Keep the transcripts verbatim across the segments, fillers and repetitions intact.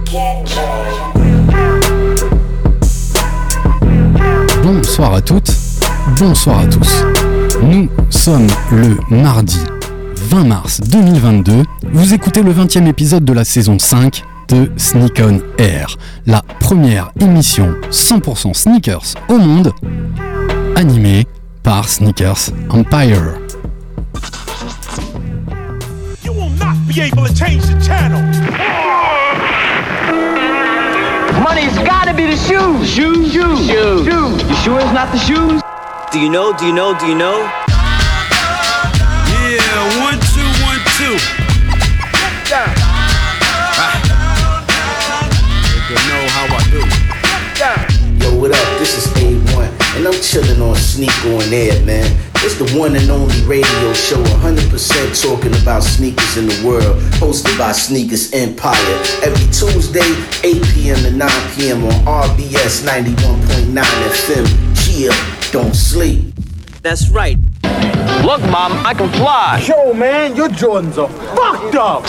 Bonsoir à toutes, bonsoir à tous. Nous sommes le mardi vingt mars deux mille vingt-deux. Vous écoutez le vingtième épisode de la saison cinq de Sneak On Air, la première émission cent pour cent sneakers au monde, animée par Sneakers Empire. You will not be able to change the channel. Money's gotta be the shoes. Shoes, shoes, shoes. Shoes. You sure it's not the shoes? Do you know? Do you know? Do you know? Yeah, one, two, one, two. Yeah. Ah. You know how I do. Yeah. Yo, what up? This is A one, and I'm chillin' on Sneak On Air, man. It's the one and only radio show, one hundred percent talking about sneakers in the world, hosted by Sneakers Empire. Every Tuesday, eight p.m. to nine p.m. on R B S ninety-one point nine F M. Chill, don't sleep. That's right. Look, Mom, I can fly. Yo, man, your Jordans are fucked up.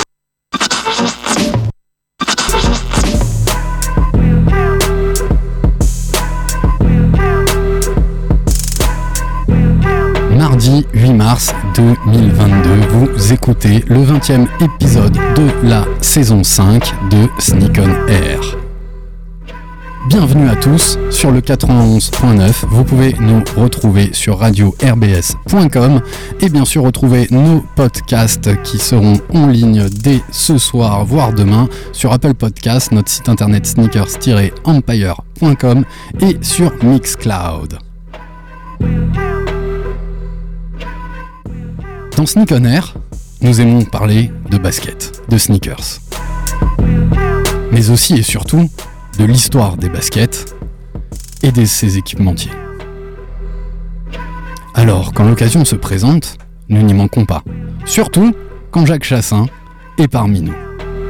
Mardi huit mars deux mille vingt-deux, vous écoutez le vingtième épisode de la saison cinq de Sneak On Air. Bienvenue à tous sur le quatre-vingt-onze point neuf, vous pouvez nous retrouver sur radio r b s point com et bien sûr retrouver nos podcasts qui seront en ligne dès ce soir, voire demain, sur Apple Podcasts, notre site internet sneakers tiret empire point com et sur Mixcloud. Dans Sneak On Air, nous aimons parler de basket, de sneakers, mais aussi et surtout de l'histoire des baskets et de ses équipementiers. Alors, quand l'occasion se présente, nous n'y manquons pas, surtout quand Jacques Chassin est parmi nous.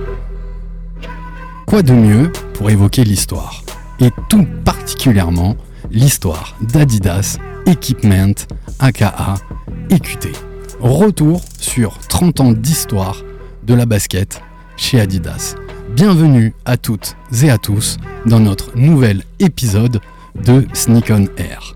Quoi de mieux pour évoquer l'histoire, et tout particulièrement l'histoire d'Adidas Equipment, aka E Q T. Retour sur trente ans d'histoire de la basket chez Adidas. Bienvenue à toutes et à tous dans notre nouvel épisode de Sneak On Air.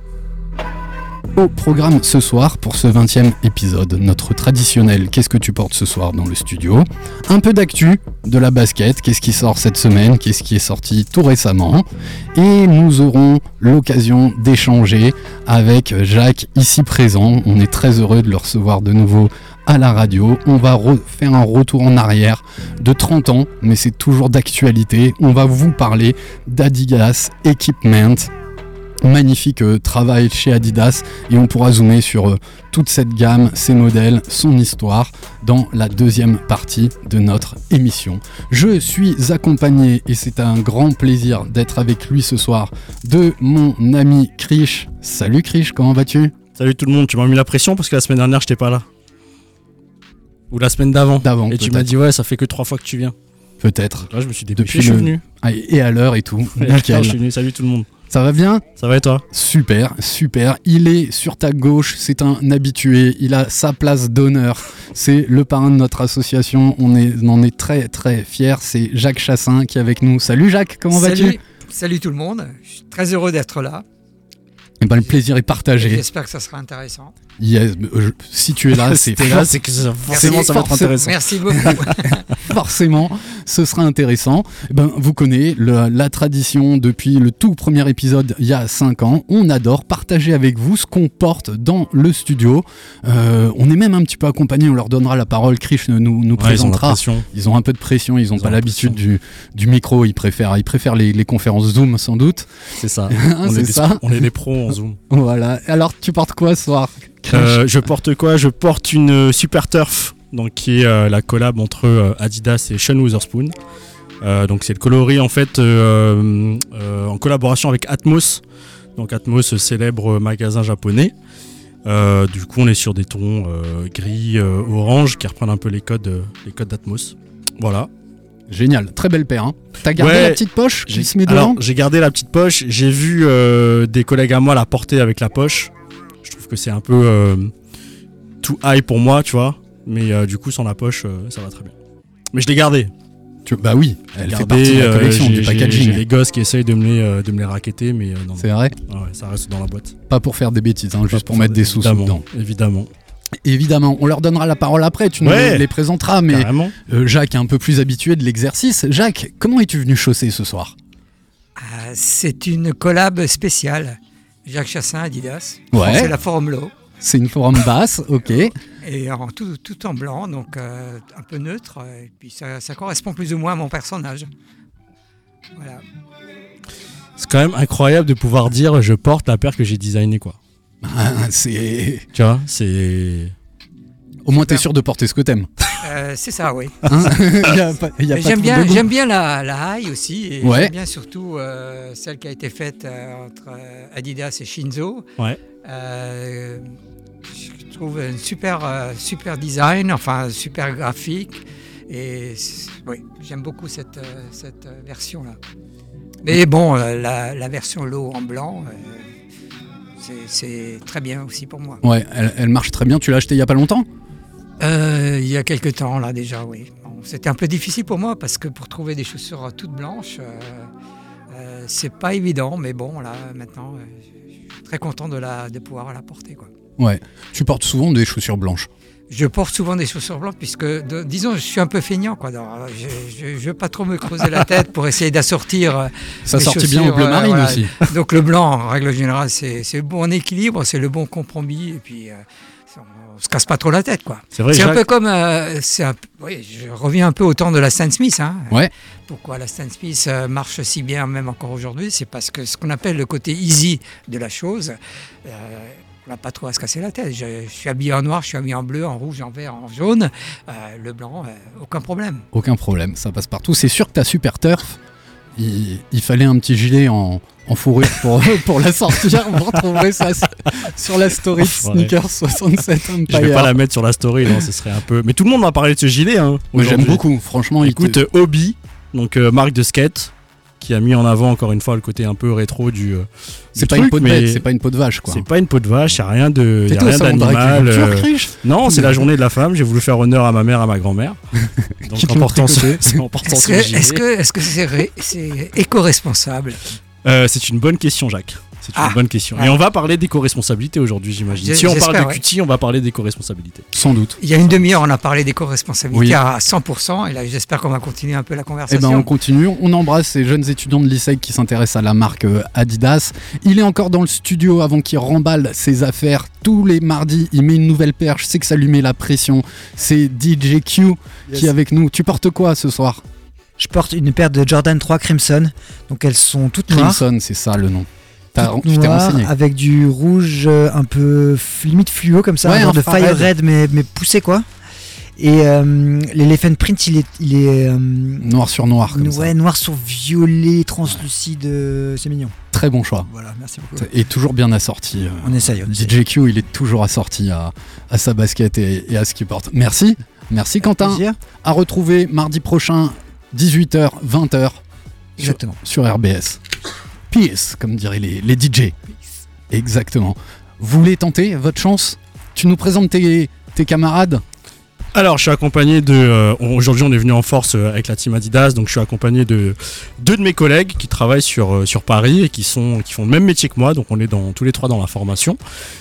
Au programme ce soir, pour ce vingtième épisode, notre traditionnel « Qu'est-ce que tu portes ce soir ?» dans le studio. Un peu d'actu de la basket, qu'est-ce qui sort cette semaine, qu'est-ce qui est sorti tout récemment. Et nous aurons l'occasion d'échanger avec Jacques ici présent. On est très heureux de le recevoir de nouveau à la radio. On va re- faire un retour en arrière de trente ans, mais c'est toujours d'actualité. On va vous parler d'Adidas Equipment. Magnifique euh, travail chez Adidas et on pourra zoomer sur euh, toute cette gamme, ses modèles, son histoire dans la deuxième partie de notre émission. Je suis accompagné et c'est un grand plaisir d'être avec lui ce soir de mon ami Krish. Salut Krish, comment vas-tu ? Salut tout le monde, tu m'as mis la pression parce que la semaine dernière j'étais pas là. Ou la semaine d'avant. D'avant. Et peut-être. tu m'as dit ouais ça fait que trois fois que tu viens. Peut-être. Là je me suis dépêché, Depuis je suis le- venu. Ah, et à l'heure et tout. Et Nickel. je suis venu, salut tout le monde. Ça va bien ? Ça va et toi ? Super, super. Il est sur ta gauche, c'est un habitué, il a sa place d'honneur. C'est le parrain de notre association, on, est, on en est très très fiers. C'est Jacques Chassin qui est avec nous. Salut Jacques, comment Salut, vas-tu ? salut tout le monde, je suis très heureux d'être là. Eh ben, le plaisir est partagé. J'espère que ça sera intéressant. Yes, euh, si tu es là, c'est T'es là, c'est que ça- forcément Merci. ça va être Forcément. intéressant. Merci beaucoup. forcément, ce sera intéressant. Eh ben, vous connaissez le- la tradition depuis le tout premier épisode il y a cinq ans. On adore partager avec vous ce qu'on porte dans le studio. Euh, on est même un petit peu accompagné, on leur donnera la parole. Krish nous, nous Ouais, ils ont la présentera. pression. Ils ont un peu de pression, ils n'ont Ils ont pas la l'habitude du, du micro, ils préfèrent, ils préfèrent les, les conférences Zoom sans doute. C'est ça. Hein, on, c'est est des, ça. on est des pros en Zoom. Voilà. Alors, tu portes quoi ce soir, Krish ? Euh, je porte quoi ? Je porte une euh, Super Turf, donc qui est euh, la collab entre euh, Adidas et Sean Wotherspoon. Euh, donc c'est le coloris en fait euh, euh, en collaboration avec Atmos. Donc Atmos, célèbre magasin japonais. Euh, du coup on est sur des tons euh, gris, euh, orange qui reprennent un peu les codes, euh, les codes d'Atmos. Voilà. Génial, très belle paire. Hein. T'as gardé Ouais, la petite poche qui j'ai, se met alors, dedans ? j'ai gardé la petite poche. J'ai vu euh, des collègues à moi la porter avec la poche. Je trouve que c'est un peu euh, too high pour moi, tu vois. Mais euh, du coup, sans la poche, euh, ça va très bien. Mais je l'ai gardé. Tu, bah oui, elle Regardez, fait partie de la collection euh, du j'ai- j'ai- packaging. J'ai les gosses qui essayent de me les, euh, de me les racketter, mais euh, non. C'est vrai. Ah ouais, ça reste dans la boîte. Pas pour faire des bêtises, hein, juste pour mettre des sous évidemment, dedans. Évidemment. Évidemment, on leur donnera la parole après, tu Ouais. nous les présenteras, mais Carrément. euh, Jacques est un peu plus habitué de l'exercice. Jacques, comment es-tu venu chausser ce soir? Ah, c'est une collab spéciale. Jacques Chassin, Adidas. Ouais. C'est la Forum Low. C'est une forme basse, ok. Et en tout, tout en blanc, donc euh, un peu neutre. Et puis ça, ça correspond plus ou moins à mon personnage. Voilà. C'est quand même incroyable de pouvoir dire je porte la paire que j'ai designée, quoi. Ah, c'est... Tu vois, c'est. Au moins t'es sûr de porter ce que t'aimes. Euh, c'est ça, oui. Hein. Y a pas- y a pas J'aime trop bien, de goût. j'aime bien la, la high aussi. Et Ouais. j'aime bien surtout euh, celle qui a été faite euh, entre euh, Adidas et Shinzo. Ouais. Euh, je trouve un super, euh, super design, enfin super graphique. Et c'est- oui, j'aime beaucoup cette, euh, cette euh, version-là. Mais bon, euh, la, la version low en blanc, euh, c'est- c'est très bien aussi pour moi. Ouais, elle, elle marche très bien. Tu l'as acheté il y a pas longtemps? Euh, il y a quelques temps, là déjà, oui. Bon, c'était un peu difficile pour moi parce que pour trouver des chaussures toutes blanches, euh, euh, c'est pas évident. Mais bon, là, maintenant, euh, je suis très content de, la, de pouvoir la porter, quoi. Ouais. Tu portes souvent des chaussures blanches. Je porte souvent des chaussures blanches puisque, de- disons, je suis un peu feignant, quoi. Alors, je ne veux pas trop me creuser la tête pour essayer d'assortir. euh, Ça les sortit bien au chaussures, bleu euh, marine voilà. aussi. Donc le blanc, en règle générale, c'est c'est le bon équilibre, c'est le bon compromis. Et puis, euh, on ne se casse pas trop la tête, quoi. C'est vrai, C'est un Jacques. peu comme, euh, c'est un peu- oui, je reviens un peu au temps de la Stan Smith. Hein. Ouais. Pourquoi la Stan Smith euh, marche si bien, même encore aujourd'hui, c'est parce que ce qu'on appelle le côté easy de la chose, euh, on n'a pas trop à se casser la tête. Je, je suis habillé en noir, je suis habillé en bleu, en rouge, en vert, en jaune. Euh, le blanc, euh, aucun problème. Aucun problème, ça passe partout. C'est sûr que ta super turf, il, il fallait un petit gilet en, en fourrure pour, pour la sortir. Vous retrouverez ça sur la story de Enfoiré. Sneakers soixante-sept Empire. Je vais pas la mettre sur la story, non, ce serait un peu. Mais tout le monde m'a parlé de ce gilet, hein. Moi j'aime aujourd'hui. beaucoup, franchement. il Écoute, te- euh, Hobby, donc euh, marque de skate, qui a mis en avant encore une fois le côté un peu rétro du. euh, c'est du pas truc, une peau de mais bête, c'est pas une peau de vache quoi. C'est pas une peau de vache, y a rien de, y T'étais a au rien salon de d'animal. l'agriculture, euh, Krish Non, c'est la journée de la femme. J'ai voulu faire honneur à ma mère, à ma grand-mère. Donc Qui te en l'ont portant ce, tricoté. c'est en portant Est-ce ce que gilet. est-ce que est-ce que c'est ré- c'est éco-responsable? Euh, c'est une bonne question, Jacques. C'est une Ah. bonne question. Ah. Et on va parler d'éco-responsabilité aujourd'hui, j'imagine. J'- Si on parle de j'espère, ouais. Q T, on va parler d'éco-responsabilité. Sans doute. Il y a une demi-heure, on a parlé d'éco-responsabilité Oui. à cent pour cent. Et là, j'espère qu'on va continuer un peu la Eh conversation. ben on continue, on embrasse ces jeunes étudiants de l'I S E C qui s'intéressent à la marque euh, Adidas. Il est encore dans le studio avant qu'il remballe ses affaires. Tous les mardis, il met une nouvelle paire. Je sais que ça lui met la pression. C'est D J Q qui est avec nous. Tu portes quoi ce soir? Je porte une paire de Jordan trois Crimson, donc elles sont toutes noires, Crimson, c'est ça le nom. T'as- toutes tu t'es noires, renseigné. avec du rouge euh, un peu f- limite fluo comme ça, Ouais, un genre un de far fire red. red mais, mais poussé quoi. Et euh, l'Elephant Print il est, il est euh, Noir sur noir comme ouais, ça. noir sur violet, translucide, euh, c'est mignon. Très bon choix. Voilà, merci beaucoup. Et toujours bien assorti. euh, On essaye, on essaye. D J Q, il est toujours assorti à, à sa basket et, et à ce qu'il porte. Merci. Merci Quentin. Plaisir. À retrouver mardi prochain, dix-huit heures, vingt heures. Exactement. Sur, sur R B S. Peace, comme diraient les, les D J. Exactement. Vous voulez tenter votre chance? Tu nous présentes tes, tes camarades? Alors, je suis accompagné de. euh, on- Aujourd'hui, on est venu en force euh, avec la team Adidas, donc je suis accompagné de deux de mes collègues qui travaillent sur, euh, sur Paris et qui, sont, qui font le même métier que moi, donc on est dans, tous les trois dans la formation.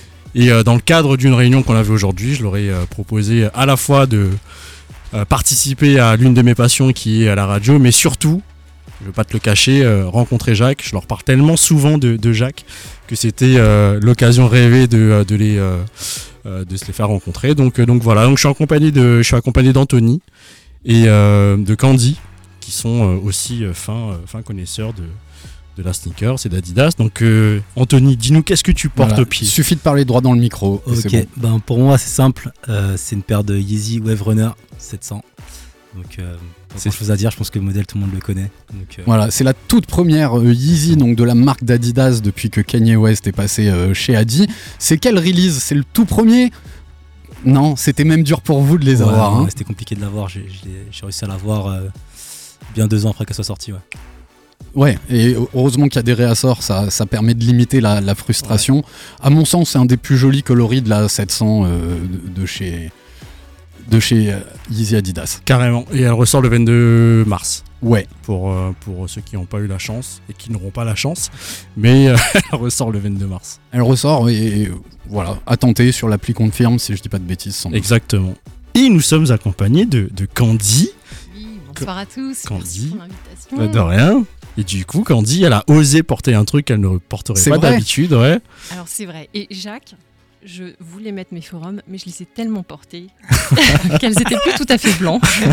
Et euh, dans le cadre d'une réunion qu'on avait aujourd'hui, je leur ai euh, proposé à la fois de euh, participer à l'une de mes passions qui est à la radio, mais surtout, je ne vais pas te le cacher, euh, rencontrer Jacques. Je leur parle tellement souvent de, de Jacques que c'était euh, l'occasion rêvée de, euh, de, les, euh, euh, de se les faire rencontrer. Donc, euh, donc voilà, donc je suis accompagné de, je suis accompagné d'Anthony et euh, de Candy, qui sont euh, aussi euh, fins, euh, fins connaisseurs de, de la sneaker, c'est d'Adidas. Donc euh, Anthony, dis-nous qu'est-ce que tu portes Voilà. au pied? Il suffit de parler droit dans le micro. et c'est Ok, bon. ben pour moi c'est simple, euh, c'est une paire de Yeezy Wave Runner sept cents. Donc euh, pas C'est- grand chose à dire, je pense que le modèle tout le monde le connaît. Donc, euh, Voilà, c'est la toute première euh, Yeezy donc de la marque d'Adidas depuis que Kanye West est passé euh, chez Adi. C'est quelle release? C'est le tout premier? Non, c'était même dur pour vous de les ouais, avoir. ouais, hein. C'était compliqué de l'avoir, j'ai j'ai- j'ai réussi à l'avoir euh, bien deux ans après qu'elle soit sortie. Ouais. Ouais, et heureusement qu'il y a des réassorts, ça, ça permet de limiter la, la frustration. À mon sens, c'est un des plus jolis coloris de la sept cents euh, de, de chez de chez euh, Yeezy Adidas. Carrément. Et elle ressort le vingt-deux mars. Ouais. Pour, euh, pour ceux qui n'ont pas eu la chance et qui n'auront pas la chance. Mais euh, elle ressort le vingt-deux mars. Elle ressort et, et euh, voilà, à tenter sur l'appli Confirme si je dis pas de bêtises. Sans Exactement. Et nous sommes accompagnés de, de Candy. Oui, bonsoir à tous. Candy. Merci pour l'invitation. Bah, de rien. Et du coup, Candy, elle a osé porter un truc qu'elle ne porterait C'est pas vrai. d'habitude. Ouais. Alors c'est vrai. Et Jacques, je voulais mettre mes forums, mais je les ai tellement portés qu'elles étaient plus tout à fait blanches.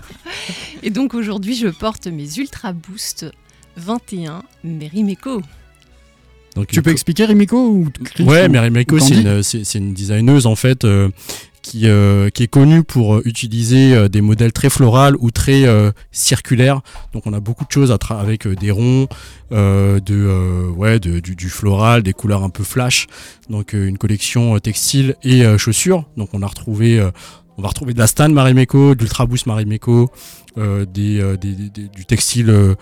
Et donc aujourd'hui, je porte mes Ultra Boost vingt et un Merimeko. Donc, Tu peux expliquer Rimiko ou Chris, Ouais, ou- Merimeko, ou c'est Candy une, c'est, c'est une designeuse en fait euh, qui, euh, qui est connue pour euh, utiliser euh, des modèles très florales ou très euh, circulaires. Donc on a beaucoup de choses à tra- avec euh, des ronds, euh, de, euh, ouais, de, du, du floral, des couleurs un peu flash. Donc euh, une collection euh, textile et euh, chaussures. Donc on a retrouvé, euh, on va retrouver de la Stan Marimekko, d'Ultra Boost Marimekko, euh, des, euh, des, des, des- du textile. Euh,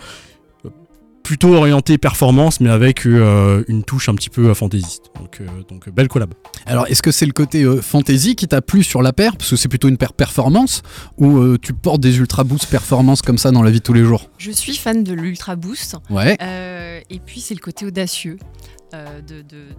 plutôt orienté performance mais avec euh, une touche un petit peu euh, fantaisiste. Donc, euh, donc belle collab. Alors, est-ce que c'est le côté euh, fantasy qui t'a plu sur la paire, parce que c'est plutôt une paire performance, ou euh, tu portes des Ultra Boost performance comme ça dans la vie de tous les jours? Je suis fan de l'Ultra Boost. Ouais. Euh, et puis c'est le côté audacieux euh, de, de, de-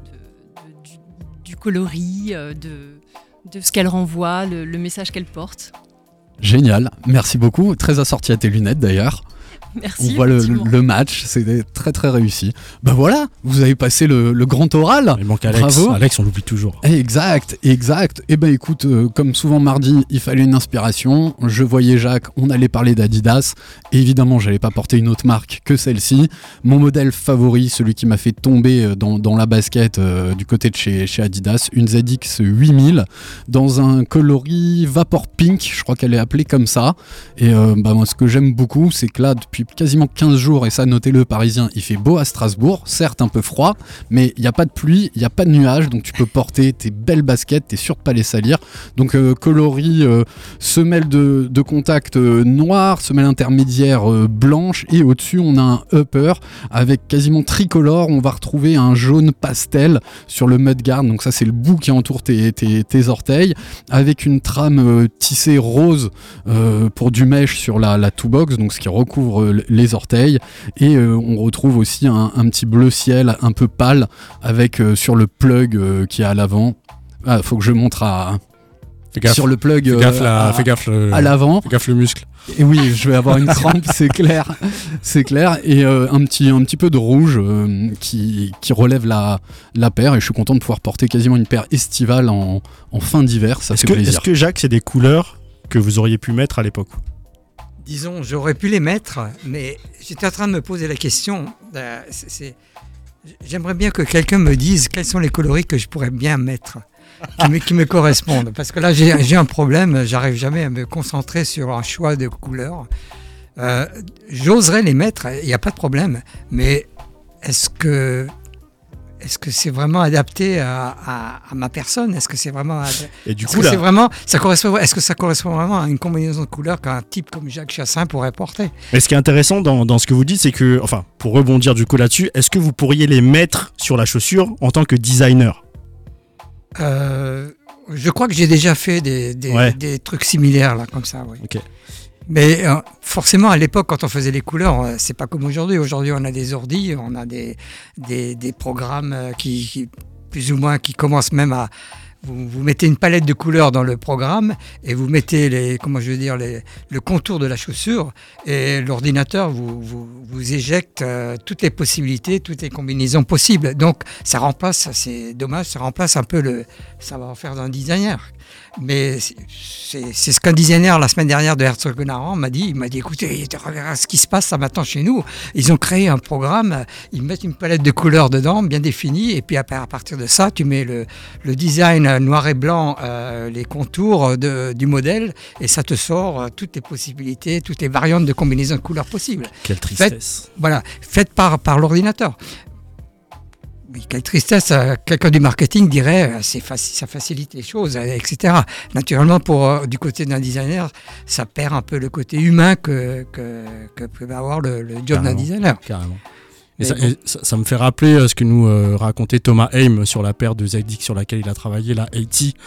de- du, du coloris, euh, de, de ce qu'elle renvoie, le, le message qu'elle porte. Génial, merci beaucoup. Très assorti à tes lunettes d'ailleurs. Merci. On voit le, effectivement. le match, c'est très très réussi. Bah voilà, vous avez passé le, le grand oral. Il manque Alex. Bravo. Alex, on l'oublie toujours. Exact, exact. Et ben écoute, euh, comme souvent mardi, il fallait une inspiration. Je voyais Jacques, on allait parler d'Adidas. Et évidemment, j'allais pas porter une autre marque que celle-ci. Mon modèle favori, celui qui m'a fait tomber euh, dans, dans la basket euh, du côté de chez, chez Adidas, une Z X huit mille dans un coloris Vapor Pink, je crois qu'elle est appelée comme ça. Et euh, bah, moi, ce que j'aime beaucoup, c'est que là, depuis quasiment quinze jours, et ça, notez-le, Parisien, il fait beau à Strasbourg, certes un peu froid, mais il n'y a pas de pluie, il n'y a pas de nuages, donc tu peux porter tes belles baskets, t'es sûr de pas les salir. Donc euh, coloris, euh, semelle de, de contact euh, noir, semelle intermédiaire euh, blanche, et au-dessus on a un upper avec quasiment tricolore. On va retrouver un jaune pastel sur le mudguard, donc ça c'est le bout qui entoure tes, tes, tes orteils, avec une trame euh, tissée rose euh, pour du mesh sur la, la two box, donc ce qui recouvre euh, les orteils. Et euh, on retrouve aussi un, un petit bleu ciel un peu pâle avec euh, sur le plug euh, qui est à l'avant. Ah, faut que je montre à Fais gaffe. sur le plug Fais gaffe, euh, la- à, fais gaffe, le- à l'avant. Fais gaffe le muscle. Et oui, je vais avoir une crampe, c'est clair, c'est clair. Et euh, un petit un petit peu de rouge euh, qui qui relève la la paire. Et je suis content de pouvoir porter quasiment une paire estivale en en fin d'hiver. Ça Est-ce fait que, plaisir. est-ce que Jacques, c'est des couleurs que vous auriez pu mettre à l'époque? Disons, j'aurais pu les mettre, mais j'étais en train de me poser la question. euh, c'est- c'est- J'aimerais bien que quelqu'un me dise quels sont les coloris que je pourrais bien mettre, qui me, qui me correspondent. Parce que là, j'ai j'ai un problème, j'arrive jamais à me concentrer sur un choix de couleurs. Euh, J'oserais les mettre, il n'y a pas de problème, mais est-ce que est-ce que c'est vraiment adapté à, à- à ma personne? Est-ce que c'est vraiment ad- Et du est-ce coup, que là- c'est vraiment ça correspond Est-ce que ça correspond vraiment à une combinaison de couleurs qu'un type comme Jacques Chassin pourrait porter? Mais ce qui est intéressant dans, dans ce que vous dites, c'est que, enfin, pour rebondir du coup là-dessus, est-ce que vous pourriez les mettre sur la chaussure en tant que designer? Euh, je crois que j'ai déjà fait des, des, Ouais. des trucs similaires là, comme ça. Oui. Ok. Mais euh, forcément, à l'époque, quand on faisait les couleurs, euh, c'est pas comme aujourd'hui. Aujourd'hui, on a des ordis, on a des, des, des programmes euh, qui, qui, plus ou moins, qui commencent même à... Vous, vous mettez une palette de couleurs dans le programme et vous mettez les, comment je veux dire, les, le contour de la chaussure et l'ordinateur vous, vous, vous éjecte euh, toutes les possibilités, toutes les combinaisons possibles. Donc, ça remplace, c'est dommage, ça remplace un peu le savoir-faire d'un designer. Mais c'est c'est ce qu'un designer la semaine dernière de Herzogenaurach m'a dit. Il m'a dit, écoutez, regarde ce qui se passe là maintenant chez nous. Ils ont créé un programme, ils mettent une palette de couleurs dedans, bien définie, et puis à partir de ça, tu mets le, le design noir et blanc, euh, les contours de, du modèle, et ça te sort euh, toutes les possibilités, toutes les variantes de combinaisons de couleurs possibles. Quelle Faites, tristesse. voilà, faites par, par l'ordinateur. Oui, quelle tristesse, euh, quelqu'un du marketing dirait euh, c'est faci- ça facilite les choses, euh, et cetera. Naturellement, pour, euh, du côté d'un designer, ça perd un peu le côté humain que, que, que peut avoir le, le job d'un Carrément. designer. Carrément. Et Mais ça, bon. et ça- ça me fait rappeler euh, ce que nous euh, racontait Thomas Haim sur la paire de Z X sur laquelle il a travaillé, la eighty,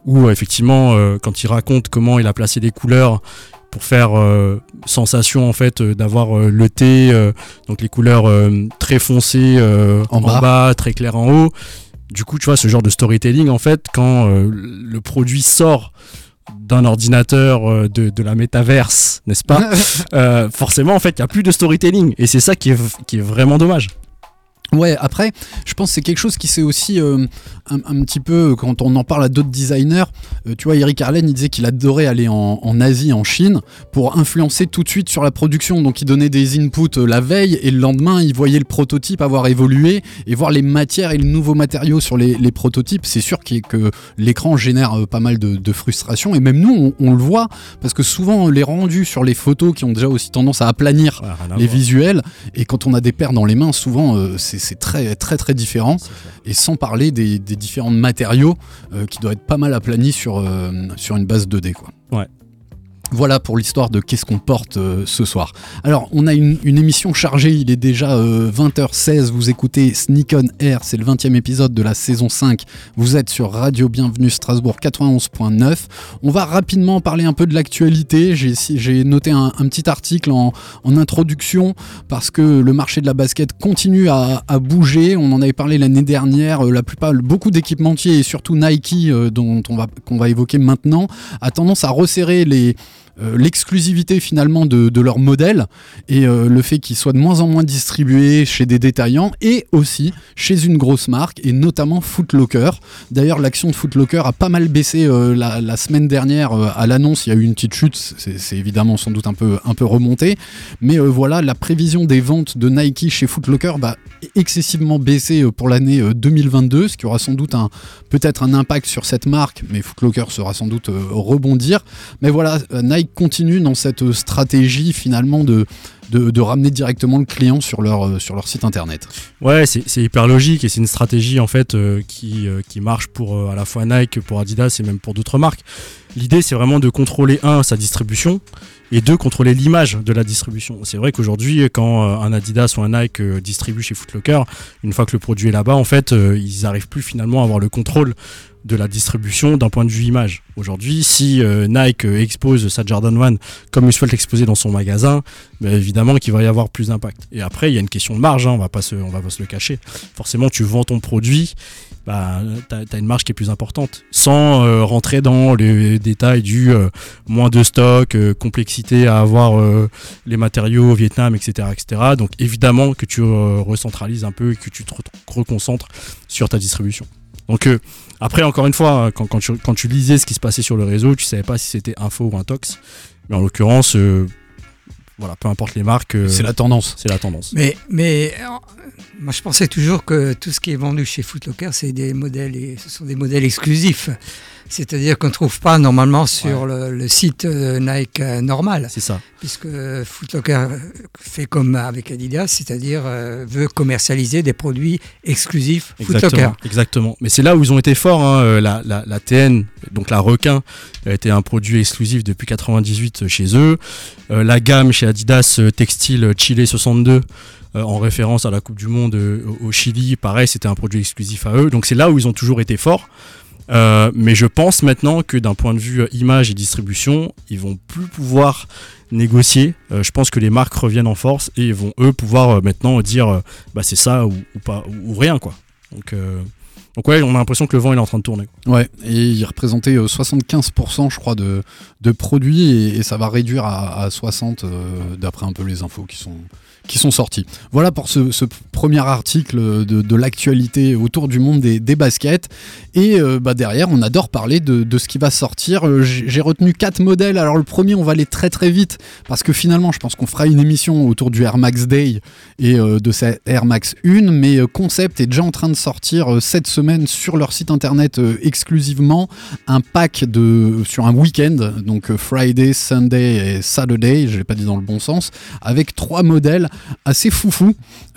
où effectivement, euh, quand il raconte comment il a placé des couleurs pour faire euh, sensation en fait euh, d'avoir euh, le thé, euh, donc les couleurs euh, très foncées euh, en, en bas. bas, très claires en haut. Du coup, tu vois, ce genre de storytelling, en fait, quand euh, le produit sort d'un ordinateur euh, de, de la métaverse, n'est-ce pas euh, forcément, en fait, il n'y a plus de storytelling. Et c'est ça qui est, qui est vraiment dommage. Ouais, après, je pense que c'est quelque chose qui s'est aussi euh, un, un petit peu, quand on en parle à d'autres designers, euh, tu vois, Eric Arlen, il disait qu'il adorait aller en, en Asie, en Chine, pour influencer tout de suite sur la production. Donc il donnait des inputs euh, la veille, et le lendemain, il voyait le prototype avoir évolué, et voir les matières et les nouveaux matériaux sur les, les prototypes. C'est sûr qu'il, que l'écran génère euh, pas mal de, de frustration, et même nous, on, on le voit, parce que souvent, les rendus sur les photos qui ont déjà aussi tendance à aplanir ouais, les visuels, et quand on a des paires dans les mains, souvent, euh, c'est c'est très très très différent, et sans parler des, des différents matériaux euh, qui doivent être pas mal aplanis sur, euh, sur une base deux D, quoi. Ouais. Voilà pour l'histoire de qu'est-ce qu'on porte euh, ce soir. Alors, on a une, une émission chargée, il est déjà euh, vingt heures seize, vous écoutez Sneak On Air, c'est le vingtième épisode de la saison cinq, vous êtes sur Radio Bienvenue Strasbourg quatre-vingt-onze point neuf. On va rapidement parler un peu de l'actualité, j'ai, j'ai noté un, un petit article en, en introduction, parce que le marché de la basket continue à, à bouger, on en avait parlé l'année dernière, euh, la plupart, beaucoup d'équipementiers, et surtout Nike, euh, dont on va, qu'on va évoquer maintenant, a tendance à resserrer les... Euh, l'exclusivité finalement de, de leur modèle, et euh, le fait qu'ils soient de moins en moins distribués chez des détaillants et aussi chez une grosse marque, et notamment Foot Locker. D'ailleurs, l'action de Foot Locker a pas mal baissé euh, la, la semaine dernière euh, à l'annonce. Il y a eu une petite chute, c'est, c'est évidemment sans doute un peu, un peu remonté, mais euh, voilà, la prévision des ventes de Nike chez Foot Locker va excessivement baisser euh, pour l'année euh, deux mille vingt-deux, ce qui aura sans doute un, peut-être un impact sur cette marque, mais Foot Locker sera sans doute euh, rebondir. Mais voilà, euh, Nike continue dans cette stratégie finalement de, de, de ramener directement le client sur leur, sur leur site internet. Ouais, c'est, c'est hyper logique, et c'est une stratégie en fait euh, qui, euh, qui marche pour euh, à la fois Nike, pour Adidas et même pour d'autres marques. L'idée, c'est vraiment de contrôler, un, sa distribution, et deux, contrôler l'image de la distribution. C'est vrai qu'aujourd'hui, quand euh, un Adidas ou un Nike euh, distribue chez Foot Locker, une fois que le produit est là-bas, en fait, euh, ils n'arrivent plus finalement à avoir le contrôle de la distribution d'un point de vue image. Aujourd'hui, si euh, Nike euh, expose sa Jordan un comme il souhaite l'exposer dans son magasin, bah, évidemment qu'il va y avoir plus d'impact. Et après, il y a une question de marge, hein, on va pas se, on va pas se le cacher. Forcément, tu vends ton produit, bah, t'as, t'as une marge qui est plus importante. Sans euh, rentrer dans les détails du euh, moins de stock, euh, complexité à avoir euh, les matériaux au Vietnam, et cetera, et cetera. Donc évidemment que tu euh, recentralises un peu et que tu te reconcentres sur ta distribution. Donc euh, après, encore une fois, quand, quand, tu, quand tu lisais ce qui se passait sur le réseau, tu savais pas si c'était info ou intox. Mais en l'occurrence, euh, voilà, peu importe les marques. Euh, c'est la tendance. C'est la tendance. Mais, mais euh, moi, je pensais toujours que tout ce qui est vendu chez Foot Locker, c'est des modèles, et ce sont des modèles exclusifs. C'est-à-dire qu'on ne trouve pas normalement sur ouais. le, le site euh, Nike euh, normal. C'est ça. Puisque euh, Foot Locker fait comme avec Adidas, c'est-à-dire euh, veut commercialiser des produits exclusifs Foot Locker. Exactement. Mais c'est là où ils ont été forts. Hein. La, la, la T N, donc la Requin, a été un produit exclusif depuis quatre-vingt-dix-huit chez eux. Euh, la gamme chez Adidas Textile Chile soixante-deux, euh, en référence à la Coupe du Monde euh, au Chili, pareil, c'était un produit exclusif à eux. Donc c'est là où ils ont toujours été forts. Euh, mais je pense maintenant que d'un point de vue image et distribution, ils vont plus pouvoir négocier. Euh, je pense que les marques reviennent en force et ils vont eux pouvoir euh, maintenant dire euh, bah c'est ça ou, ou pas ou, ou rien quoi. Donc euh, donc ouais, on a l'impression que le vent il est en train de tourner. Ouais, et il représentait euh, soixante-quinze pour cent je crois de de produits, et, et ça va réduire à, à soixante euh, d'après un peu les infos qui sont qui sont sortis. Voilà pour ce, ce premier article de, de l'actualité autour du monde des, des baskets. Et euh, bah derrière, on adore parler de, de ce qui va sortir. Euh, j'ai, j'ai retenu quatre modèles. Alors le premier, on va aller très très vite, parce que finalement, je pense qu'on fera une émission autour du Air Max Day et euh, de cette Air Max un. Mais euh, Concept est déjà en train de sortir euh, cette semaine sur leur site internet euh, exclusivement un pack de, sur un week-end, donc euh, Friday, Sunday et Saturday, je l'ai pas dit dans le bon sens, avec trois modèles assez foufou, euh, avec des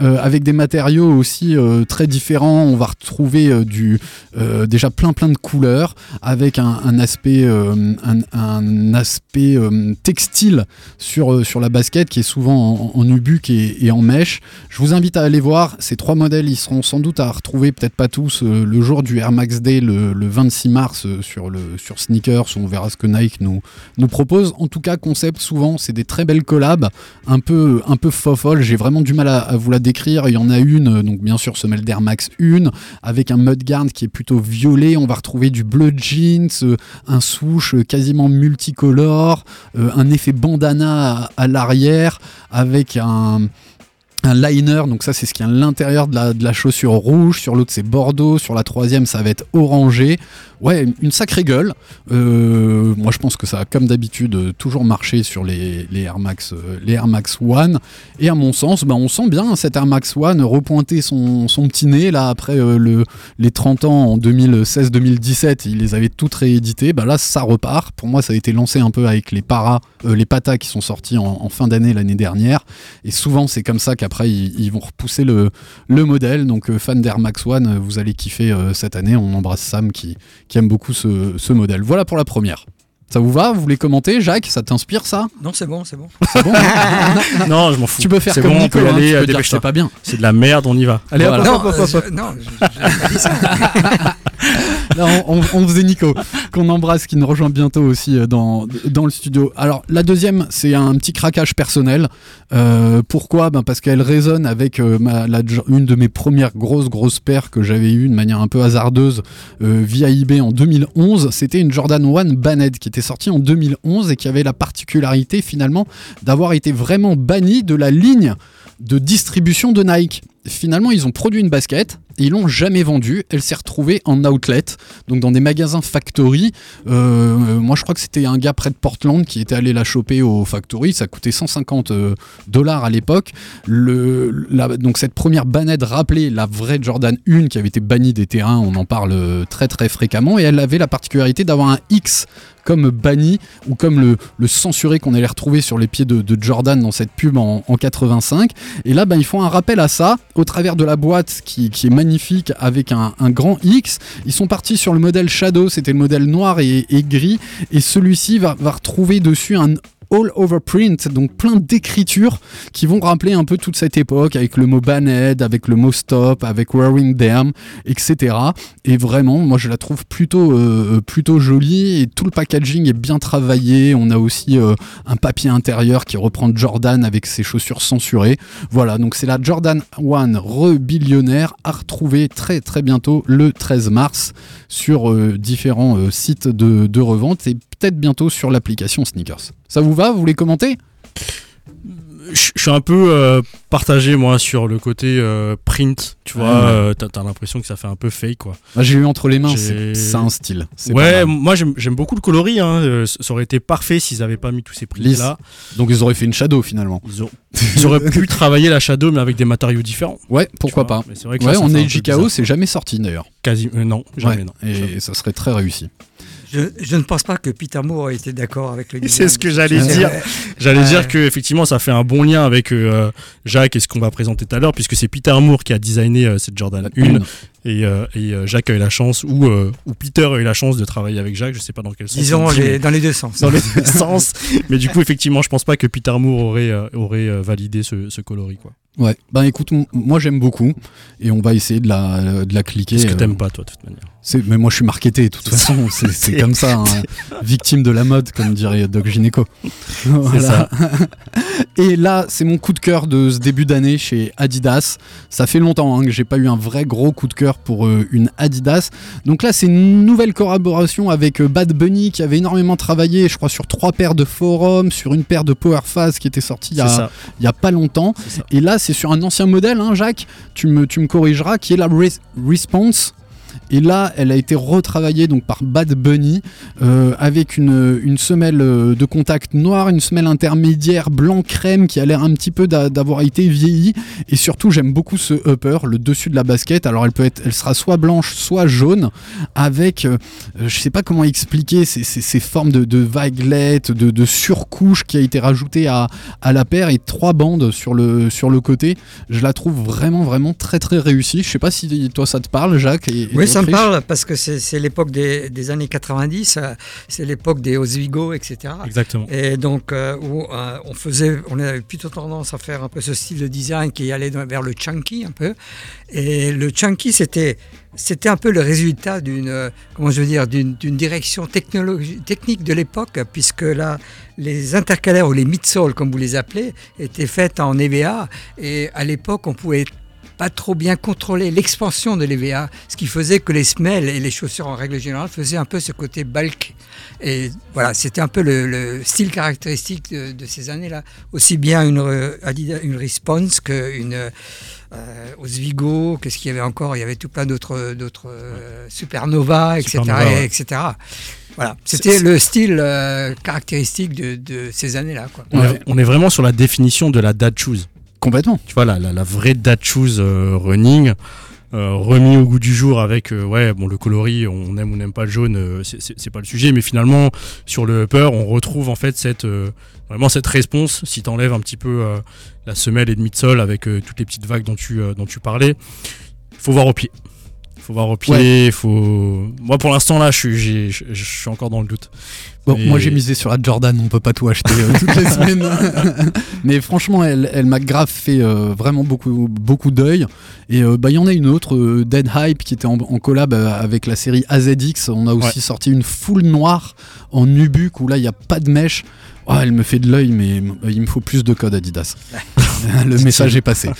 des matériaux aussi euh, très différents. On va retrouver euh, du, euh, déjà plein plein de couleurs avec un, un aspect, euh, un, un aspect euh, textile sur, euh, sur la basket qui est souvent en, en nubuck et, et en mèche. Je vous invite à aller voir ces trois modèles. Ils seront sans doute à retrouver, peut-être pas tous, euh, le jour du Air Max Day le, le vingt-six mars euh, sur, le, sur Sneakers. On verra ce que Nike nous, nous propose. En tout cas, concept souvent, c'est des très belles collabs, un peu, un peu fofolle. J'ai vraiment du mal à, à vous la décrire. Il y en a une, donc bien sûr semelle d'Air Max un, avec un mudguard qui est plutôt violet. On va retrouver du bleu jeans, euh, un swoosh quasiment multicolore, euh, un effet bandana à, à l'arrière, avec un... un liner, donc ça c'est ce qui est à l'intérieur de la, de la chaussure rouge, sur l'autre c'est bordeaux, sur la troisième ça va être orangé. Ouais, une sacrée gueule. Euh, moi je pense que ça a comme d'habitude euh, toujours marché sur les, les Air Max, euh, les Air Max One. Et à mon sens, bah, on sent bien cet Air Max One repointer son, son petit nez là après euh, le, les trente ans en deux mille seize deux mille dix-sept, il les avait toutes rééditées. Bah là ça repart. Pour moi ça a été lancé un peu avec les para, euh, les patas qui sont sortis en, en fin d'année l'année dernière. Et souvent c'est comme ça qu'après ils, ils vont repousser le, le modèle. Donc euh, fan d'Air Max One, euh, vous allez kiffer euh, cette année. On embrasse Sam qui qui aime beaucoup ce, ce modèle. Voilà pour la première. Ça vous va? Vous voulez commenter, Jacques? Ça t'inspire ça? Non, c'est bon, c'est bon. C'est bon. Non, je m'en fous. Tu peux faire c'est comme bon, Nico, on peut y hein, aller, tu peux euh, dire que dépêche-toi. c'est pas bien. C'est de la merde, on y va. Allez, Voilà. hop, hop, hop, Non, hop, hop. je- non, je- j'ai pas dit ça. Là, on, on- on faisait Nico, qu'on embrasse, qui nous rejoint bientôt aussi euh, dans, dans le studio. Alors, la deuxième, c'est un petit craquage personnel. Euh, pourquoi? Ben, parce qu'elle résonne avec euh, ma, la, une de mes premières grosses, grosses paires que j'avais eues de manière un peu hasardeuse euh, via eBay en deux mille onze. C'était une Jordan un Banned qui était sortie en deux mille onze et qui avait la particularité finalement d'avoir été vraiment bannie de la ligne de distribution de Nike. Finalement, ils ont produit une basket et ils l'ont jamais vendue. Elle s'est retrouvée en outlet, donc dans des magasins factory. Euh, moi, je crois que c'était un gars près de Portland qui était allé la choper au factory. Ça coûtait cent cinquante dollars à l'époque. Le, la, donc cette première bannette rappelait la vraie Jordan un qui avait été bannie des terrains. On en parle très très fréquemment et elle avait la particularité d'avoir un X comme banni ou comme le, le censuré qu'on allait retrouver sur les pieds de, de Jordan dans cette pub en, en quatre-vingt-cinq. Et là, ben, ils font un rappel à ça au travers de la boîte qui, qui est magnifique avec un, un grand X. Ils sont partis sur le modèle Shadow, c'était le modèle noir et, et gris. Et celui-ci va, va retrouver dessus un all-over print, donc plein d'écritures qui vont rappeler un peu toute cette époque avec le mot banned, avec le mot stop, avec wearing them, et cetera. Et vraiment, moi je la trouve plutôt, euh, plutôt jolie et tout le packaging est bien travaillé. On a aussi euh, un papier intérieur qui reprend Jordan avec ses chaussures censurées. Voilà, donc c'est la Jordan un re-billionnaire à retrouver très très bientôt le treize mars sur euh, différents euh, sites de, de revente et peut-être bientôt sur l'application Sneakers. Ça vous va? Vous voulez commenter? Je je suis un peu euh, partagé moi sur le côté euh, print, tu vois, Ouais, ouais. euh, t'as, t'as l'impression que ça fait un peu fake quoi. Bah, j'ai eu entre les mains, J'ai- c'est, c'est un style. C'est Ouais, pas mal. moi j'aime, j'aime beaucoup le coloris, hein. euh, ça aurait été parfait s'ils avaient pas mis tous ces Lisse. prints là. Donc ils auraient fait une shadow finalement. Ils, ont- ils auraient pu travailler la Shadow mais avec des matériaux différents. Ouais, pourquoi Tu vois, pas. mais c'est vrai que Ouais, là, ça en fait un peu A J K O, bizarre. c'est jamais sorti d'ailleurs. Quasi, euh, non, jamais Ouais, non. et Jamais. ça serait très réussi. Je, je ne pense pas que Peter Moore ait été d'accord avec le design. C'est ce que j'allais C'est- dire. J'allais Ouais. dire que effectivement ça fait un bon lien avec euh, Jacques et ce qu'on va présenter tout à l'heure puisque c'est Peter Moore qui a designé euh, cette Jordan un Une. et, euh, et euh, Jacques a eu la chance ou, euh, ou Peter a eu la chance de travailler avec Jacques, je sais pas dans quel sens. Disons on dit, les- mais dans les deux sens. dans les deux sens. Mais du coup effectivement je pense pas que Peter Moore aurait, euh, aurait euh, validé ce, ce coloris quoi. Ouais, ben écoute, m- moi j'aime beaucoup et on va essayer de la, de la cliquer. Qu'est-ce que euh, t'aimes pas toi de toute manière? c'est, mais moi je suis marketé de toute façon, c'est, c'est comme ça, hein, victime de la mode comme dirait Doc Gynéco. Voilà. Et là c'est mon coup de cœur de ce début d'année chez Adidas. Ça fait longtemps hein, que j'ai pas eu un vrai gros coup de cœur pour euh, une Adidas. Donc là c'est une nouvelle collaboration avec euh, Bad Bunny qui avait énormément travaillé, je crois sur trois paires de Forum, sur une paire de Power Phase qui était sortie il y a, C'est ça. il y a pas longtemps. C'est ça. Et là, c'est sur un ancien modèle, hein, Jacques, tu me, tu me corrigeras, qui est la Res- Response. Et là, elle a été retravaillée donc par Bad Bunny euh, avec une, une semelle de contact noire, une semelle intermédiaire blanc crème qui a l'air un petit peu d'a, d'avoir été vieillie. Et surtout, j'aime beaucoup ce upper, le dessus de la basket. Alors, elle peut être, elle sera soit blanche, soit jaune, avec, euh, je sais pas comment expliquer, ces, ces, ces formes de, de vaguelettes, de, de surcouche qui a été rajoutée à, à la paire et trois bandes sur le, sur le côté. Je la trouve vraiment, vraiment très, très réussie. Je sais pas si toi ça te parle, Jacques. Et, et oui, ça me Autriche. parle parce que c'est, c'est l'époque des, des années quatre-vingt-dix, euh, c'est l'époque des Oswego, et cetera. Exactement. Et donc, euh, où euh, on faisait, on avait plutôt tendance à faire un peu ce style de design qui allait dans, vers le chunky un peu. Et le chunky, c'était, c'était un peu le résultat d'une, euh, comment je veux dire, d'une, d'une direction technologie, technique de l'époque, puisque là, les intercalaires ou les midsoles, comme vous les appelez, étaient faites en E V A. Et à l'époque, on pouvait pas trop bien contrôler l'expansion de l'E V A, ce qui faisait que les semelles et les chaussures en règle générale faisaient un peu ce côté bulk. Et voilà, c'était un peu le, le style caractéristique de, de ces années-là. Aussi bien une, Adidas, une Response qu'une euh, Oswego, qu'est-ce qu'il y avait encore ? Il y avait tout plein d'autres, d'autres euh, Supernova, et cetera, Supernova, ouais. et cetera. Voilà, c'était c'est, le style euh, caractéristique de, de ces années-là, quoi. On, est, on est vraiment sur la définition de la dad shoes. Complètement. Tu vois, la, la, la vraie dad shoes euh, running, euh, remis au goût du jour avec, euh, ouais, bon, le coloris, on aime ou n'aime pas le jaune, euh, c'est, c'est, c'est pas le sujet, mais finalement, sur le upper, on retrouve en fait cette, euh, vraiment cette réponse, si t'enlèves un petit peu euh, la semelle et le midsole avec euh, toutes les petites vagues dont tu, euh, dont tu parlais, faut voir au pied. Faut voir au pied, ouais. faut... Moi, pour l'instant, là, je suis, j'ai, je, je suis encore dans le doute. Bon, Et... moi j'ai misé sur la Jordan, on peut pas tout acheter euh, toutes les semaines. Mais franchement, elle, elle m'a grave fait euh, vraiment beaucoup, beaucoup d'œil. Et euh, bah il y en a une autre, euh, Dead Hype, qui était en, en collab euh, avec la série A Z X. On a aussi ouais. sorti une full noire en nubuck où là il y a pas de mèche. Oh, elle me fait de l'œil, mais euh, il me faut plus de code Adidas. Le message est passé.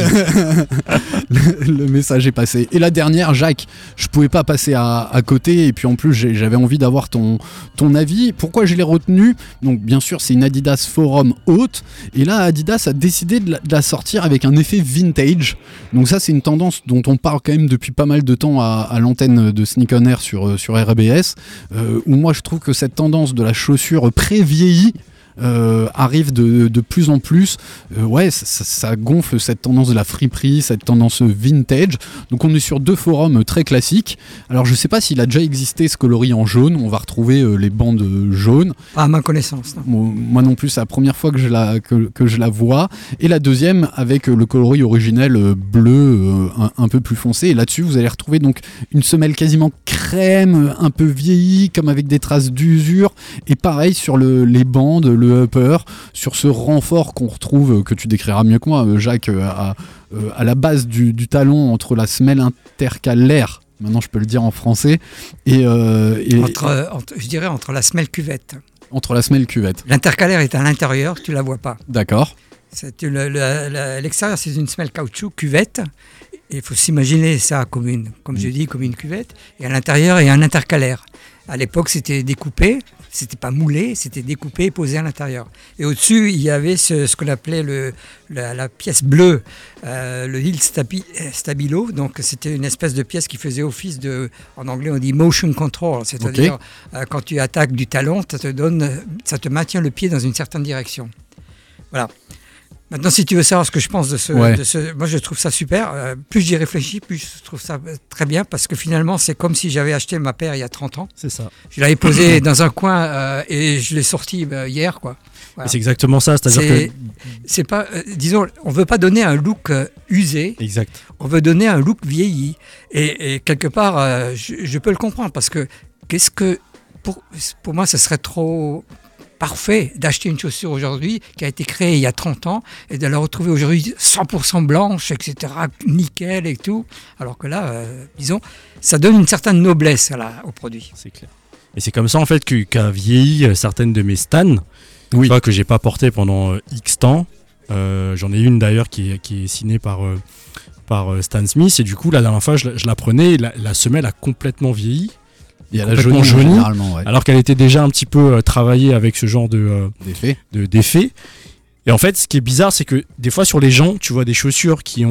le, le message est passé. Et la dernière, Jacques, je pouvais pas passer à, à côté. Et puis en plus, j'ai, j'avais envie d'avoir ton, ton avis. Pourquoi je l'ai retenue ? Donc bien sûr, c'est une Adidas Forum haute. Et là, Adidas a décidé de la, de la sortir avec un effet vintage. Donc ça, c'est une tendance dont on parle quand même depuis pas mal de temps à, à l'antenne de Sneak On Air sur, sur R B S. Euh, où moi, je trouve que cette tendance de la chaussure pré-vieillie Euh, arrive de, de plus en plus. Euh, ouais, ça, ça, ça gonfle cette tendance de la friperie, cette tendance vintage. Donc on est sur deux forums très classiques. Alors je sais pas s'il a déjà existé ce coloris en jaune. On va retrouver euh, les bandes jaunes. À ma connaissance. Non. Bon, moi non plus, c'est la première fois que je la, que, que je la vois. Et la deuxième avec euh, le coloris originel euh, bleu euh, un, un peu plus foncé. Et là-dessus, vous allez retrouver donc une semelle quasiment crème, un peu vieillie, comme avec des traces d'usure. Et pareil sur le, les bandes, le upper, sur ce renfort qu'on retrouve, que tu décriras mieux que moi, Jacques, à, à la base du, du talon entre la semelle intercalaire, maintenant je peux le dire en français, et, euh, et entre, entre, je dirais entre la semelle cuvette. Entre la semelle cuvette. L'intercalaire est à l'intérieur, tu la vois pas. D'accord. C'est le, le, le, l'extérieur, c'est une semelle caoutchouc cuvette. Il faut s'imaginer ça comme une, comme mmh. je dis, comme une cuvette. Et à l'intérieur, il y a un intercalaire. À l'époque, c'était découpé. C'était pas moulé, c'était découpé et posé à l'intérieur. Et au-dessus, il y avait ce, ce qu'on appelait le, la, la pièce bleue, euh, le heel stabi, stabilo. Donc, c'était une espèce de pièce qui faisait office de, en anglais, on dit motion control. C'est-à-dire, okay. euh, quand tu attaques du talon, ça te donne, ça te maintient le pied dans une certaine direction. Voilà. Maintenant, si tu veux savoir ce que je pense de ce, ouais. de ce moi je trouve ça super. Euh, plus j'y réfléchis, plus je trouve ça très bien parce que finalement, c'est comme si j'avais acheté ma paire il y a trente ans. C'est ça. Je l'avais posée dans un coin euh, et je l'ai sortie euh, hier, quoi. Voilà. C'est exactement ça, c'est-à-dire c'est, que c'est pas, euh, disons, on veut pas donner un look euh, usé. Exact. On veut donner un look vieilli et, et quelque part, euh, je, je peux le comprendre parce que qu'est-ce que pour pour moi, ce serait trop parfait d'acheter une chaussure aujourd'hui qui a été créée il y a trente ans et de la retrouver aujourd'hui cent pour cent blanche, et cetera, nickel et tout. Alors que là, euh, disons, ça donne une certaine noblesse à la, au produit. C'est clair. Et c'est comme ça en fait que, qu'a vieilli certaines de mes Stan, oui. tu vois, que j'ai pas porté pendant euh, X temps. Euh, j'en ai une d'ailleurs qui est, qui est signée par, euh, par euh, Stan Smith et du coup la dernière fois je, je la prenais, la, la semelle a complètement vieilli. Et elle a jauni, jaunie, ouais. alors qu'elle était déjà un petit peu euh, travaillée avec ce genre de, euh, d'effet. de, d'effet. Et en fait, ce qui est bizarre, c'est que des fois sur les gens, tu vois des chaussures qui ont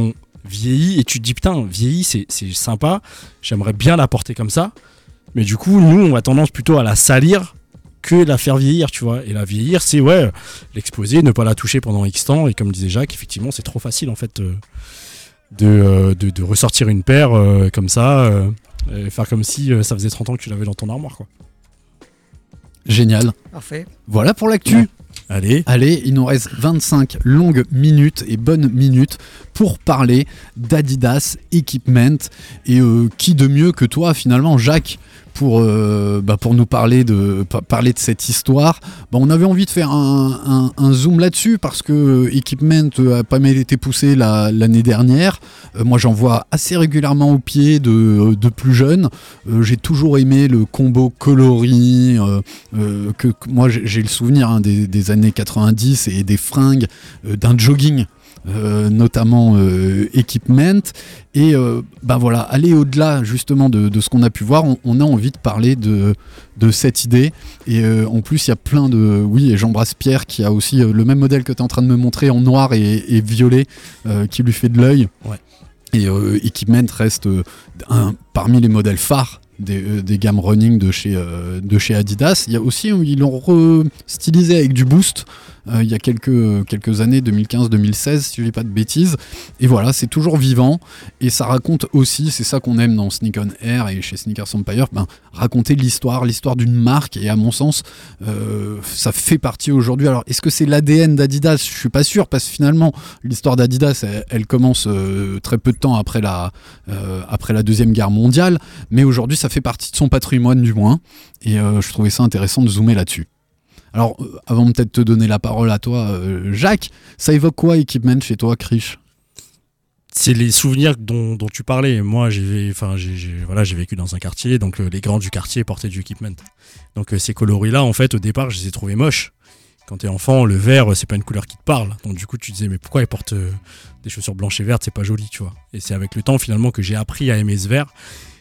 vieillit et tu te dis putain, vieillit, c'est, c'est sympa, j'aimerais bien la porter comme ça. Mais du coup, nous, on a tendance plutôt à la salir que la faire vieillir, tu vois. Et la vieillir, c'est ouais, l'exposer, ne pas la toucher pendant X temps. Et comme disait Jacques, effectivement, c'est trop facile en fait euh, de, euh, de, de ressortir une paire euh, comme ça, euh, et faire comme si euh, ça faisait trente ans que tu l'avais dans ton armoire, quoi. Génial. Parfait. Voilà pour l'actu. Ouais. Allez. Allez, il nous reste vingt-cinq longues minutes et bonnes minutes pour parler d'Adidas Equipment. Et euh, qui de mieux que toi, finalement, Jacques, pour, euh, bah pour nous parler de, parler de cette histoire. Bah on avait envie de faire un, un, un zoom là-dessus parce que Equipment a pas mal été poussé la, l'année dernière. Euh, moi, j'en vois assez régulièrement au pied de, de plus jeunes. Euh, j'ai toujours aimé le combo coloris, euh, euh, que, que moi j'ai, j'ai le souvenir hein, des, des années quatre-vingt-dix et des fringues euh, d'un jogging. Euh, notamment euh, Equipment et euh, bah voilà, aller au-delà justement de, de ce qu'on a pu voir, on, on a envie de parler de, de cette idée et euh, en plus il y a plein de, oui, et j'embrasse Pierre qui a aussi euh, le même modèle que tu es en train de me montrer en noir et, et violet euh, qui lui fait de l'œil. Ouais. Et euh, Equipment reste euh, un, parmi les modèles phares Des, euh, des gammes running de chez, euh, de chez Adidas. Il y a aussi, ils l'ont re-stylisé avec du boost euh, il y a quelques, quelques années, deux mille quinze deux mille seize, si je ne dis pas de bêtises. Et voilà, c'est toujours vivant. Et ça raconte aussi, c'est ça qu'on aime dans Sneak On Air et chez Sneakers Empire, ben, raconter l'histoire, l'histoire d'une marque. Et à mon sens, euh, ça fait partie aujourd'hui. Alors, est-ce que c'est l'A D N d'Adidas ? Je ne suis pas sûr, parce que finalement, l'histoire d'Adidas, elle, elle commence euh, très peu de temps après la, euh, après la Deuxième Guerre mondiale. Mais aujourd'hui, ça fait partie de son patrimoine du moins et euh, je trouvais ça intéressant de zoomer là-dessus. Alors euh, avant de peut-être te donner la parole à toi euh, Jacques, ça évoque quoi Equipment chez toi, Krish ? C'est les souvenirs dont, dont tu parlais. Moi j'ai, enfin, j'ai, j'ai, voilà, j'ai vécu dans un quartier, donc euh, les grands du quartier portaient du Equipment. Donc euh, ces coloris là en fait au départ je les ai trouvés moches. Quand t'es enfant, le vert, c'est pas une couleur qui te parle. Donc du coup, tu te disais, mais pourquoi ils portent euh, des chaussures blanches et vertes, c'est pas joli, tu vois. Et c'est avec le temps, finalement, que j'ai appris à aimer ce vert.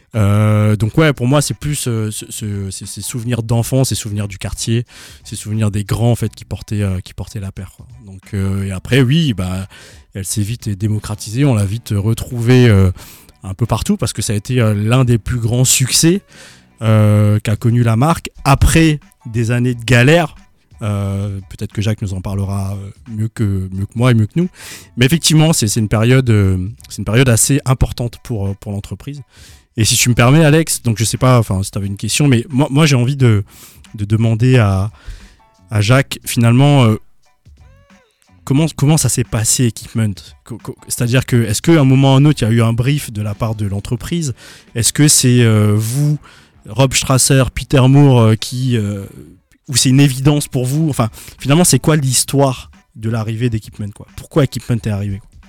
Euh, donc ouais, pour moi, c'est plus euh, ce, ce, ces, ces souvenirs d'enfance, ces souvenirs du quartier, ces souvenirs des grands, en fait, qui portaient, euh, qui portaient la paire, quoi. Donc, euh, et après, oui, bah, elle s'est vite démocratisée, on l'a vite retrouvée euh, un peu partout, parce que ça a été euh, l'un des plus grands succès euh, qu'a connu la marque, après des années de galère. Euh, peut-être que Jacques nous en parlera mieux que, mieux que moi et mieux que nous, mais effectivement c'est, c'est, une, période, euh, c'est une période assez importante pour, pour l'entreprise. Et si tu me permets Alex, donc je sais pas enfin, si tu avais une question, mais moi, moi j'ai envie de, de demander à, à Jacques finalement euh, comment, comment ça s'est passé Equipment, c'est-à-dire que est-ce qu'à un moment ou un autre il y a eu un brief de la part de l'entreprise, est-ce que c'est euh, vous, Rob Strasser, Peter Moore euh, qui euh, ou c'est une évidence pour vous? Enfin, finalement, c'est quoi l'histoire de l'arrivée d'Equipment, quoi? Pourquoi Equipment est arrivé, quoi?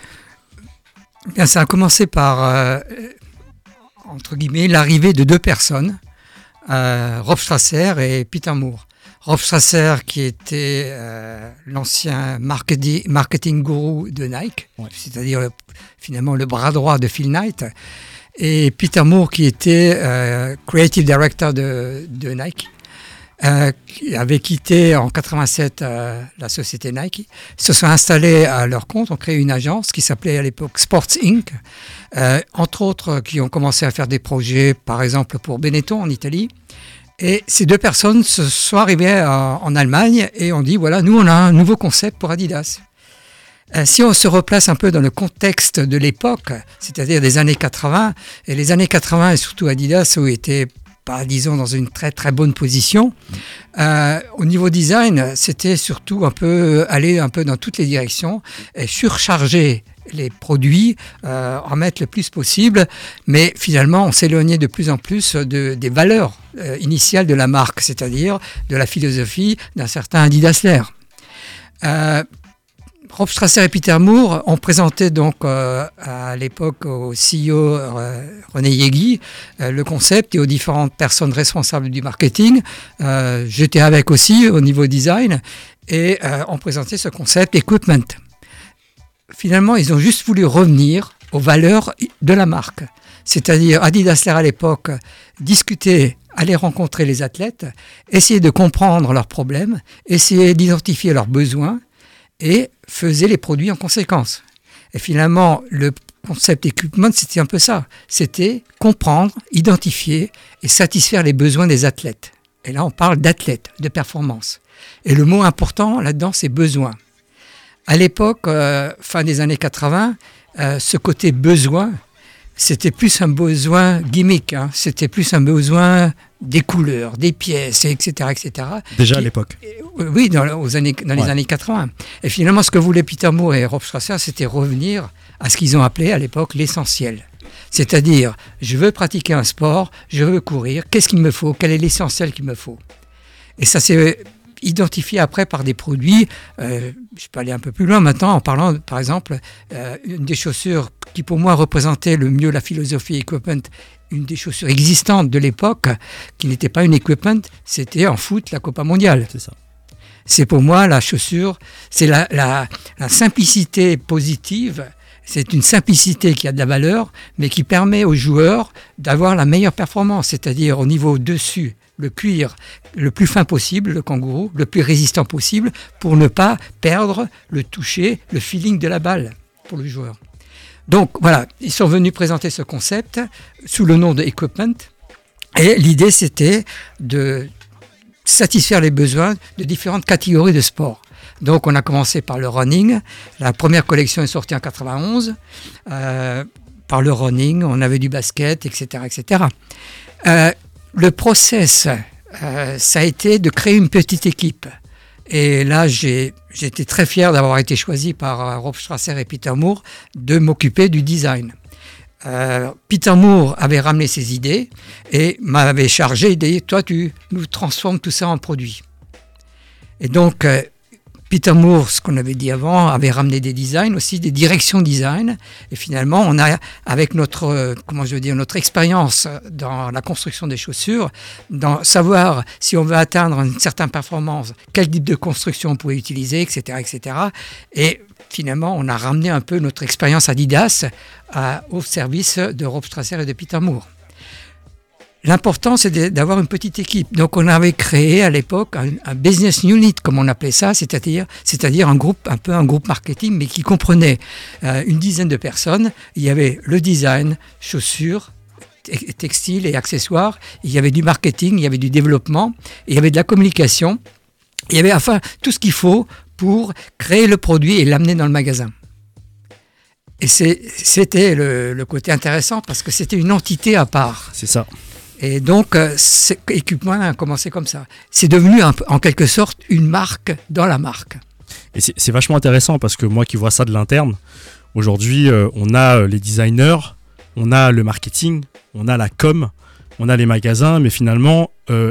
Bien, ça a commencé par, euh, entre guillemets, l'arrivée de deux personnes, euh, Rob Strasser et Peter Moore. Rob Strasser, qui était euh, l'ancien marketing, marketing gourou de Nike, ouais. C'est-à-dire euh, finalement le bras droit de Phil Knight, et Peter Moore, qui était euh, creative director de, de Nike. Euh, qui avait quitté en quatre-vingt-sept euh, la société Nike, se sont installés à leur compte, ont créé une agence qui s'appelait à l'époque Sports Incorporated, euh, entre autres qui ont commencé à faire des projets, par exemple pour Benetton en Italie. Et ces deux personnes se sont arrivées en, en Allemagne et ont dit voilà, nous on a un nouveau concept pour Adidas. Euh, si on se replace un peu dans le contexte de l'époque, c'est-à-dire des années quatre-vingts, et les années quatre-vingts et surtout Adidas où était pas, disons, dans une très très bonne position. Euh, au niveau design, c'était surtout un peu aller un peu dans toutes les directions et surcharger les produits, euh, en mettre le plus possible, mais finalement on s'éloignait de plus en plus de, des valeurs euh, initiales de la marque, c'est-à-dire de la philosophie d'un certain Adidas Lair. Euh, Rob Strasser et Peter Moore ont présenté donc euh, à l'époque au C E O euh, René Yegui euh, le concept et aux différentes personnes responsables du marketing. Euh, j'étais avec aussi au niveau design et euh, ont présenté ce concept Equipment. Finalement, ils ont juste voulu revenir aux valeurs de la marque. C'est-à-dire Adidas Lair à l'époque discuter, aller rencontrer les athlètes, essayer de comprendre leurs problèmes, essayer d'identifier leurs besoins et faisait les produits en conséquence. Et finalement, le concept equipment, c'était un peu ça. C'était comprendre, identifier et satisfaire les besoins des athlètes. Et là, on parle d'athlètes, de performance. Et le mot important là-dedans, c'est besoin. À l'époque, euh, fin des années quatre-vingts, euh, ce côté besoin, c'était plus un besoin gimmick, hein. C'était plus un besoin des couleurs, des pièces, et cetera, et cetera. Déjà Qui, à l'époque. Oui, dans, aux années, dans les Ouais. années quatre-vingts. Et finalement, ce que voulaient Peter Moore et Rob Strasser, c'était revenir à ce qu'ils ont appelé à l'époque l'essentiel. C'est-à-dire, je veux pratiquer un sport, je veux courir, qu'est-ce qu'il me faut, quel est l'essentiel qu'il me faut. Et ça s'est identifié après par des produits, euh, je peux aller un peu plus loin maintenant en parlant, par exemple, euh, une des chaussures qui pour moi représentait le mieux la philosophie equipment, une des chaussures existantes de l'époque, qui n'était pas une equipment, c'était en foot la Copa Mondiale. C'est ça. C'est pour moi la chaussure, c'est la, la, la simplicité positive. C'est une simplicité qui a de la valeur, mais qui permet aux joueurs d'avoir la meilleure performance, c'est-à-dire au niveau dessus, le cuir le plus fin possible, le kangourou, le plus résistant possible, pour ne pas perdre le toucher, le feeling de la balle pour le joueur. Donc voilà, ils sont venus présenter ce concept sous le nom de Equipment, et l'idée c'était de satisfaire les besoins de différentes catégories de sport. Donc on a commencé par le running, la première collection est sortie en quatre-vingt-onze, euh, par le running, on avait du basket, et cetera, et cetera. Euh, le process, euh, ça a été de créer une petite équipe. Et là, j'ai, j'ai été très fier d'avoir été choisi par euh, Rob Strasser et Peter Moore de m'occuper du design. Euh, Peter Moore avait ramené ses idées et m'avait chargé de dire, toi, tu nous transformes tout ça en produit. Et donc, euh, Peter Moore, ce qu'on avait dit avant, avait ramené des designs aussi, des directions design. Et finalement, on a, avec notre, euh, comment je veux dire, notre expérience dans la construction des chaussures, dans savoir si on veut atteindre une certaine performance, quel type de construction on pouvait utiliser, et cetera, et cetera. Et finalement, on a ramené un peu notre expérience Adidas à, au service de Rob Strasser et de Peter Moore. L'important, c'est de, d'avoir une petite équipe. Donc, on avait créé à l'époque un, un business unit, comme on appelait ça, c'est-à-dire, c'est-à-dire un groupe, un peu un groupe marketing, mais qui comprenait euh, une dizaine de personnes. Il y avait le design, chaussures, te- textiles et accessoires. Il y avait du marketing, il y avait du développement, il y avait de la communication. Il y avait enfin tout ce qu'il faut pour créer le produit et l'amener dans le magasin. Et c'est, c'était le, le côté intéressant parce que c'était une entité à part. C'est ça. Et donc, euh, Equipment a commencé comme ça. C'est devenu un, en quelque sorte une marque dans la marque. Et c'est, c'est vachement intéressant parce que moi qui vois ça de l'interne, aujourd'hui, euh, on a euh, les designers, on a le marketing, on a la com, on a les magasins, mais finalement, euh,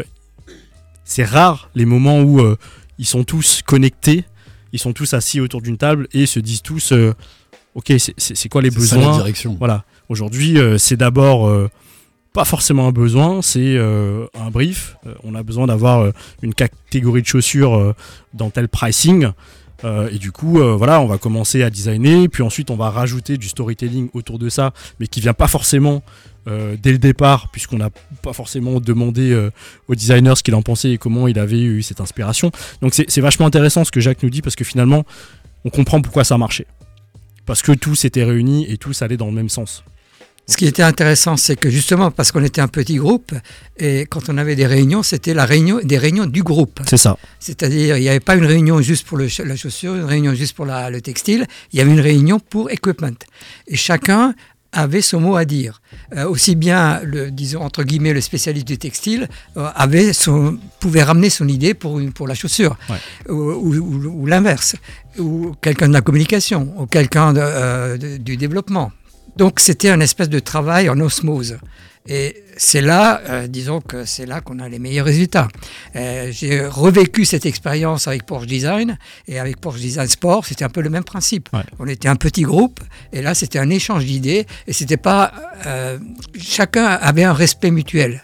c'est rare les moments où euh, ils sont tous connectés, ils sont tous assis autour d'une table et se disent tous euh, ok, c'est, c'est, c'est quoi les C'est besoins ça la direction. Voilà. Aujourd'hui, euh, c'est d'abord euh, pas forcément un besoin, c'est euh, un brief. Euh, on a besoin d'avoir euh, une catégorie de chaussures euh, dans tel pricing. Euh, et du coup, euh, voilà, on va commencer à designer, puis ensuite on va rajouter du storytelling autour de ça, mais qui vient pas forcément euh, dès le départ, puisqu'on n'a pas forcément demandé euh, au designer ce qu'il en pensait et comment il avait eu cette inspiration. Donc c'est, c'est vachement intéressant ce que Jacques nous dit, parce que finalement, on comprend pourquoi ça marchait. Parce que tous s'étaient réunis et tous allaient dans le même sens. Ce qui était intéressant, c'est que justement, parce qu'on était un petit groupe, et quand on avait des réunions, c'était la réunion, des réunions du groupe. C'est ça. C'est-à-dire, il n'y avait pas une réunion juste pour le, la chaussure, une réunion juste pour la, le textile, il y avait une réunion pour Equipment. Et chacun avait son mot à dire. Euh, aussi bien, le, disons, entre guillemets, le spécialiste du textile euh, avait son, pouvait ramener son idée pour, une, pour la chaussure, Ouais. ou, ou, ou, ou l'inverse, ou quelqu'un de la communication, ou quelqu'un de, euh, de, du développement. Donc c'était un espèce de travail en osmose. Et c'est là, euh, disons que c'est là qu'on a les meilleurs résultats. Euh, j'ai revécu cette expérience avec Porsche Design et avec Porsche Design Sport, c'était un peu le même principe. Ouais. On était un petit groupe et là c'était un échange d'idées et c'était pas, euh, chacun avait un respect mutuel.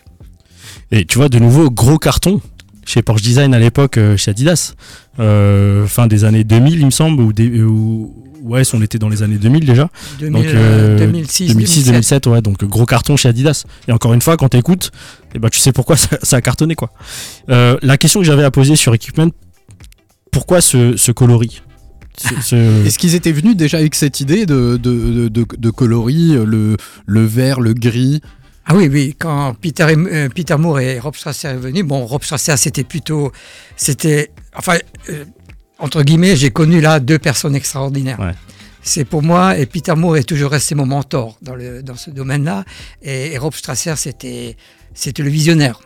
Et tu vois, de nouveau, gros carton chez Porsche Design à l'époque, euh, chez Adidas, euh, fin des années deux mille, il me semble, ou, des, ou ouais, on était dans les années deux mille déjà. deux mille, donc, euh, deux mille six, deux mille six, deux mille sept, ouais, donc gros carton chez Adidas. Et encore une fois, quand tu écoutes, eh ben, tu sais pourquoi ça, ça a cartonné, quoi. Euh, la question que j'avais à poser sur Equipment, pourquoi ce, ce coloris ? c'est- c'est- Est-ce qu'ils étaient venus déjà avec cette idée de, de, de, de coloris, le, le vert, le gris? Ah oui, oui, quand Peter, et- euh, Peter Moore et Rob Strasser est venu, bon, Rob Strasser, c'était plutôt, c'était, enfin, euh, entre guillemets, j'ai connu là deux personnes extraordinaires. Ouais. C'est pour moi, et Peter Moore est toujours resté mon mentor dans, le, dans ce domaine-là, et, et Rob Strasser, c'était, c'était le visionnaire.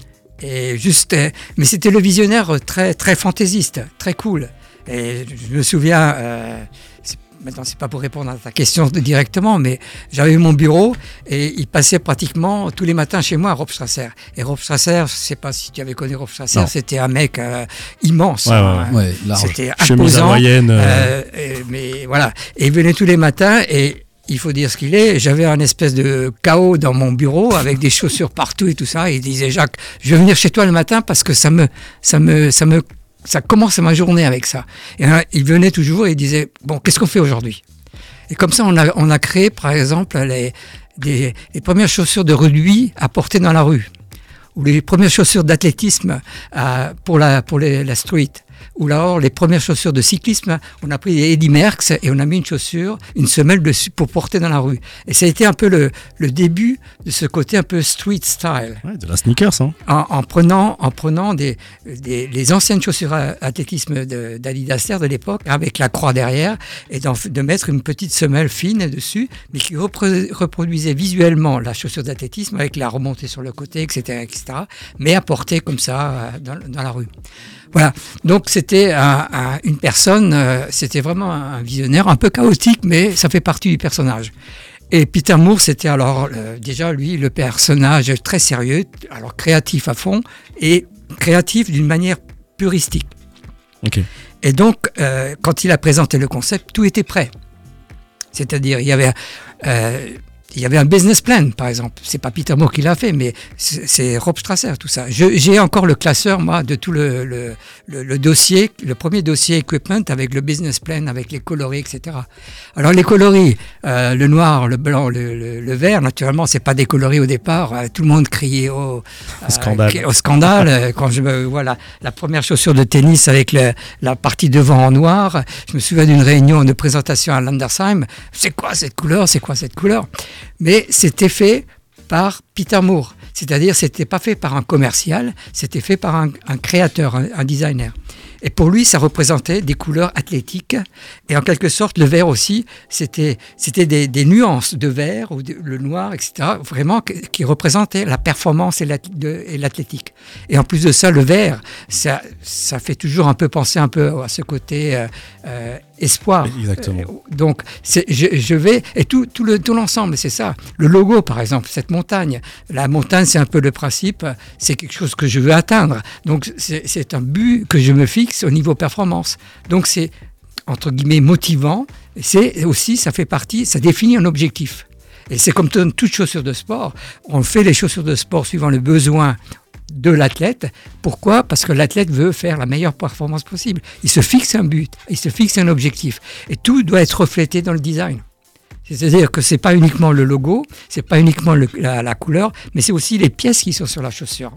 Et juste, euh, mais c'était le visionnaire très, très fantaisiste, très cool. Et je me souviens, euh, c'est- maintenant c'est pas pour répondre à ta question directement, mais j'avais eu mon bureau et il passait pratiquement tous les matins chez moi, Rob Strasser. Et Rob Strasser, je sais pas si tu avais connu Rob Strasser, Non. c'était un mec euh, immense. Ouais, hein. ouais, Ouais, large. C'était Chemise imposant. hawaïenne, euh. euh, et- mais voilà. Et il venait tous les matins et il faut dire ce qu'il est. J'avais un espèce de chaos dans mon bureau avec des chaussures partout et tout ça. Et il disait, Jacques, je vais venir chez toi le matin parce que ça me, ça me, ça me, ça commence ma journée avec ça. Et hein, il venait toujours et il disait, bon, qu'est-ce qu'on fait aujourd'hui? Et comme ça, on a, on a créé, par exemple, les, des, les premières chaussures de rugby à porter dans la rue, ou les premières chaussures d'athlétisme à- pour, la, pour les- la street, ou alors les premières chaussures de cyclisme, on a pris des Eddy Merckx et on a mis une chaussure, une semelle dessus pour porter dans la rue. Et ça a été un peu le, le début de ce côté un peu street style. Ouais, de la sneakers, hein. En, en prenant, en prenant des, des- les anciennes chaussures à athlétisme de- d'Adidas Air de l'époque, avec la croix derrière, et d'en- de mettre une petite semelle fine dessus, mais qui repre- reproduisait visuellement la chaussure d'athlétisme avec la remontée sur le côté, et cetera, et cetera, mais à porter comme ça euh, dans, dans la rue. Voilà, donc c'était un- un- une personne, euh, c'était vraiment un visionnaire un peu chaotique, mais ça fait partie du personnage. Et Peter Moore, c'était alors euh, déjà lui le personnage très sérieux, alors créatif à fond et créatif d'une manière puristique. Ok. Et donc, euh, quand il a présenté le concept, tout était prêt. C'est-à-dire, il y avait, euh, il y avait un business plan, par exemple. C'est pas Peter Moore qui l'a fait, mais c'est c'est Rob Strasser, tout ça. Je- J'ai encore le classeur, moi, de tout le, le, le- le dossier, le premier dossier equipment avec le business plan, avec les coloris, et cetera. Alors, les coloris, euh, le noir, le blanc, le, le- le vert, naturellement, c'est pas des coloris au départ. Euh, tout le monde criait au, euh, scandale. qui- au scandale. Euh, Quand je me vois la, la première chaussure de tennis avec le- la partie devant en noir, je me souviens d'une réunion de présentation à Landersheim. C'est quoi cette couleur? C'est quoi cette couleur? Mais c'était fait par Peter Moore. C'est-à-dire, c'était pas fait par un commercial, c'était fait par un, un créateur, un, un designer. Et pour lui, ça représentait des couleurs athlétiques. Et en quelque sorte, le vert aussi, c'était, c'était des, des nuances de vert ou de- le noir, et cetera. Vraiment, que- qui représentaient la performance et l'ath- de- et l'athlétique. Et en plus de ça, le vert, ça, ça fait toujours un peu penser un peu à ce côté euh, euh, espoir. Exactement. Euh, donc, c'est, je, je vais, et tout, tout, le, tout l'ensemble, c'est ça. Le logo, par exemple, cette montagne. La montagne, c'est un peu le principe, c'est quelque chose que je veux atteindre. Donc, c'est, c'est un but que je me fixe au niveau performance. Donc, c'est, entre guillemets, motivant. Et c'est aussi, ça fait partie, ça définit un objectif. Et c'est comme t- toute chaussure de sport. On fait les chaussures de sport suivant le besoin de l'athlète. Pourquoi? Parce que l'athlète veut faire la meilleure performance possible. Il se fixe un but, il se fixe un objectif. Et tout doit être reflété dans le design. C'est-à-dire que c'est pas uniquement le logo, c'est pas uniquement le- la, la couleur, mais c'est aussi les pièces qui sont sur la chaussure.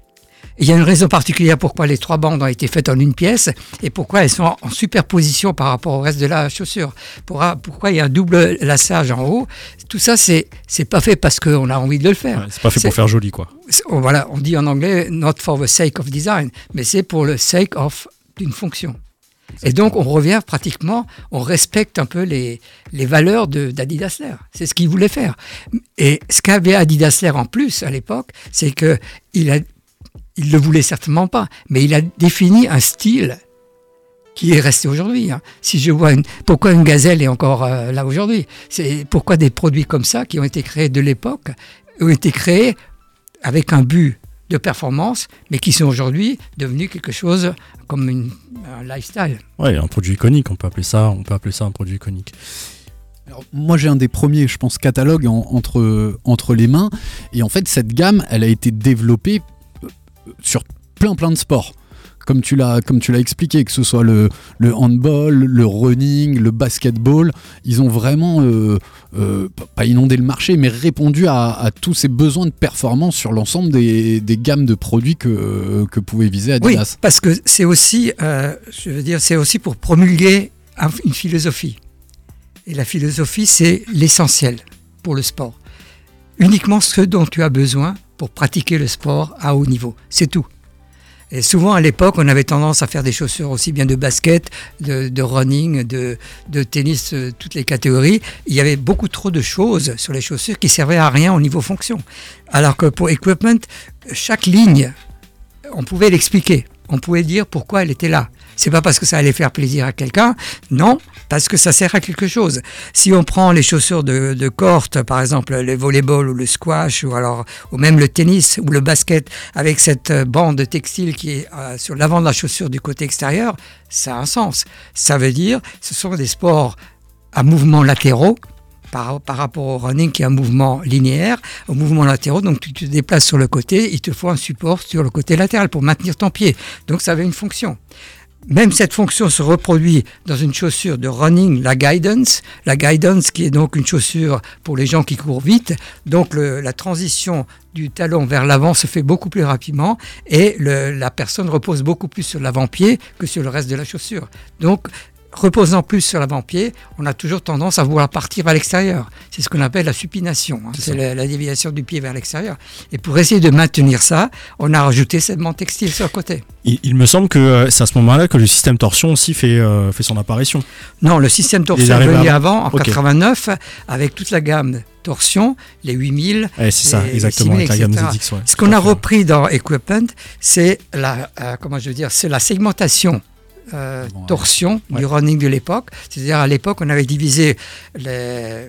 Et il y a une raison particulière pourquoi les trois bandes ont été faites en une pièce et pourquoi elles sont en, en superposition par rapport au reste de la chaussure. Pourquoi, pourquoi il y a un double lassage en haut. Tout ça, c'est c'est pas fait parce qu'on a envie de le faire. Ouais, c'est pas fait pour faire joli, quoi. C'est- oh, voilà, on dit en anglais not for the sake of design, mais c'est pour le sake of d'une fonction. Et donc, on revient pratiquement, on respecte un peu les, les valeurs de- d'Adidas Air. C'est ce qu'il voulait faire. Et ce qu'avait Adidas Air en plus à l'époque, c'est que il a, il le voulait certainement pas, mais il a défini un style qui est resté aujourd'hui. hein. Si je vois une, pourquoi une gazelle est encore euh, là aujourd'hui, c'est pourquoi des produits comme ça qui ont été créés de l'époque ont été créés avec un but de performance, mais qui sont aujourd'hui devenus quelque chose comme une, un lifestyle. Ouais, un produit iconique, on peut appeler ça, on peut appeler ça un produit iconique. Alors, moi, j'ai un des premiers, je pense, catalogues en- entre, entre les mains. Et en fait, cette gamme, elle a été développée euh, sur plein, plein de sports. Comme tu l'as, comme tu l'as expliqué, que ce soit le, le handball, le running, le basketball, ils ont vraiment, euh, euh, pas inondé le marché, mais répondu à, à tous ces besoins de performance sur l'ensemble des, des gammes de produits que, que pouvait viser Oui, Adidas. parce que c'est aussi, euh, je veux dire, c'est aussi pour promulguer un, une philosophie. Et la philosophie, c'est l'essentiel pour le sport. Uniquement ce dont tu as besoin pour pratiquer le sport à haut niveau. C'est tout. Et souvent, à l'époque, on avait tendance à faire des chaussures aussi bien de basket, de, de running, de, de tennis, euh, toutes les catégories. Il y avait beaucoup trop de choses sur les chaussures qui servaient à rien au niveau fonction. Alors que pour equipment, chaque ligne, on pouvait l'expliquer. On pouvait dire pourquoi elle était là. C'est pas parce que ça allait faire plaisir à quelqu'un, non, parce que ça sert à quelque chose. Si on prend les chaussures de, de courte, par exemple le volleyball ou le squash, ou alors ou même le tennis ou le basket, avec cette bande textile qui est euh, sur l'avant de la chaussure du côté extérieur, ça a un sens. Ça veut dire, ce sont des sports à mouvements latéraux. Par, par rapport au running qui est un mouvement linéaire, au mouvement latéraux, donc tu te déplaces sur le côté, il te faut un support sur le côté latéral pour maintenir ton pied. Donc ça avait une fonction. Même cette fonction se reproduit dans une chaussure de running, la guidance. La guidance qui est donc une chaussure pour les gens qui courent vite. Donc le, la transition du talon vers l'avant se fait beaucoup plus rapidement et le, la personne repose beaucoup plus sur l'avant-pied que sur le reste de la chaussure. Donc reposant plus sur l'avant-pied, on a toujours tendance à vouloir partir vers l'extérieur. C'est ce qu'on appelle la supination, hein. C'est, c'est la, la déviation du pied vers l'extérieur. Et pour essayer de maintenir ça, on a rajouté cette bande textile sur le côté. Il, il me semble que euh, c'est à ce moment-là que le système torsion aussi fait, euh, fait son apparition. Non, le système torsion est venu avant, en okay. quatre-vingt-neuf, avec toute la gamme torsion, les huit mille. Eh, c'est ça, exactement, avec la gamme Z X. Ouais, ce qu'on a repris dans Equipment, c'est la, euh, comment je veux dire, c'est la segmentation. Euh, bon, torsion ouais. du running de l'époque. C'est-à-dire à l'époque, on avait divisé les,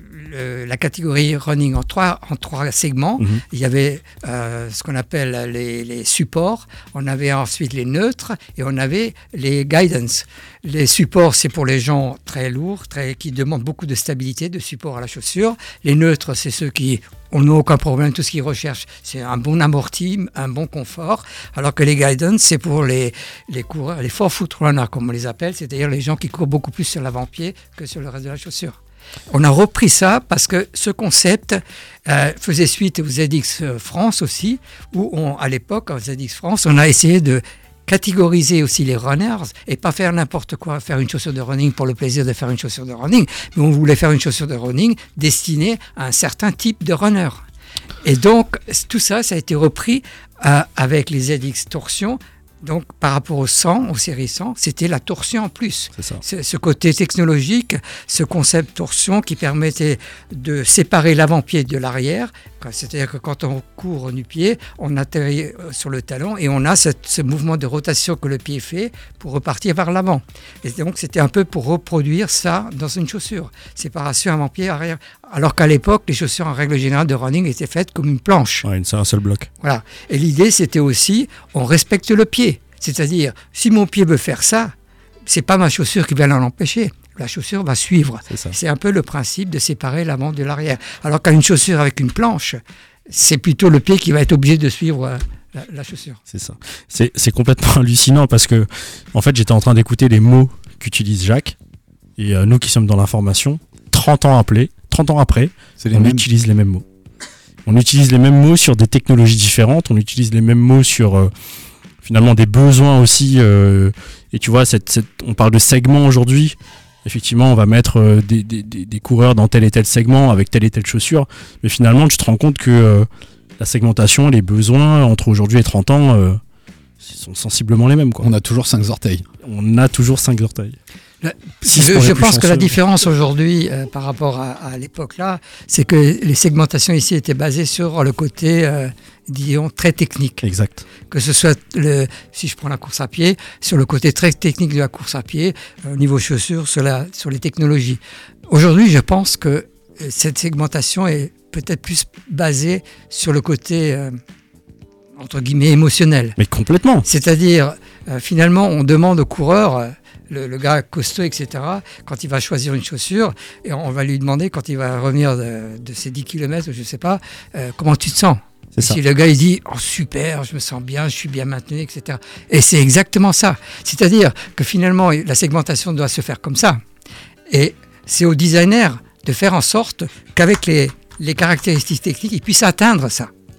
le, la catégorie running en trois, en trois segments. Mm-hmm. Il y avait euh, ce qu'on appelle les, les supports, on avait ensuite les neutres et on avait les guidance. Les supports, c'est pour les gens très lourds, très, qui demandent beaucoup de stabilité, de support à la chaussure. Les neutres, c'est ceux qui on n'a aucun problème, tout ce qu'ils recherchent, c'est un bon amorti, un bon confort, alors que les guidance, c'est pour les, les coureurs, les four-foot runners, comme on les appelle, c'est-à-dire les gens qui courent beaucoup plus sur l'avant-pied que sur le reste de la chaussure. On a repris ça parce que ce concept euh, faisait suite aux Z X France aussi, où on, à l'époque, aux Z X France, on a essayé de catégoriser aussi les runners et pas faire n'importe quoi, faire une chaussure de running pour le plaisir de faire une chaussure de running, mais on voulait faire une chaussure de running destinée à un certain type de runner. Et donc tout ça, ça a été repris euh, avec les Z X Torsion. Donc, par rapport au cent, aux séries cent, c'était la torsion en plus. C'est ça. Ce, ce côté technologique, ce concept torsion qui permettait de séparer l'avant-pied de l'arrière. C'est-à-dire que quand on court du pied, on atterrit sur le talon et on a cette, ce mouvement de rotation que le pied fait pour repartir vers l'avant. Et donc, c'était un peu pour reproduire ça dans une chaussure. Séparation avant-pied, arrière. Alors qu'à l'époque, les chaussures en règle générale de running étaient faites comme une planche. Ouais, c'est un seul bloc. Voilà. Et l'idée, c'était aussi, on respecte le pied. C'est-à-dire, si mon pied veut faire ça, c'est pas ma chaussure qui va l'en empêcher. La chaussure va suivre. C'est, c'est un peu le principe de séparer l'avant de l'arrière. Alors qu'à une chaussure avec une planche, c'est plutôt le pied qui va être obligé de suivre la, la chaussure. C'est ça. C'est, c'est complètement hallucinant parce que, en fait, j'étais en train d'écouter les mots qu'utilise Jacques. Et euh, nous qui sommes dans l'information, trente ans après, trente ans après, c'est les on mêmes... utilise les mêmes mots. On utilise les mêmes mots sur des technologies différentes, on utilise les mêmes mots sur euh, finalement des besoins aussi. Euh, et tu vois, cette, cette, on parle de segments aujourd'hui. Effectivement, on va mettre euh, des, des, des coureurs dans tel et tel segment avec telle et telle chaussure. Mais finalement, tu te rends compte que euh, la segmentation, les besoins entre aujourd'hui et trente ans euh, sont sensiblement les mêmes, quoi. On a toujours cinq orteils. On a toujours cinq orteils. Le, je je pense que la différence aujourd'hui euh, par rapport à, à l'époque là, c'est que les segmentations ici étaient basées sur le côté, euh, disons, très technique. Exact. Que ce soit, le, si je prends la course à pied, sur le côté très technique de la course à pied, euh, au niveau chaussures, sur, la, sur les technologies. Aujourd'hui, je pense que cette segmentation est peut-être plus basée sur le côté, euh, entre guillemets, émotionnel. Mais complètement. C'est-à-dire, euh, finalement, on demande au coureur... Euh, Le, le gars costaud, et cetera, quand il va choisir une chaussure, et on va lui demander, quand il va revenir de, de ses dix kilomètres, je ne sais pas, euh, comment tu te sens ? C'est ça. Si le gars il dit oh, super, je me sens bien, je suis bien maintenu, et cetera. Et c'est exactement ça. C'est-à-dire que finalement, la segmentation doit se faire comme ça. Et c'est au designer de faire en sorte qu'avec les, les caractéristiques techniques, il puisse atteindre ça.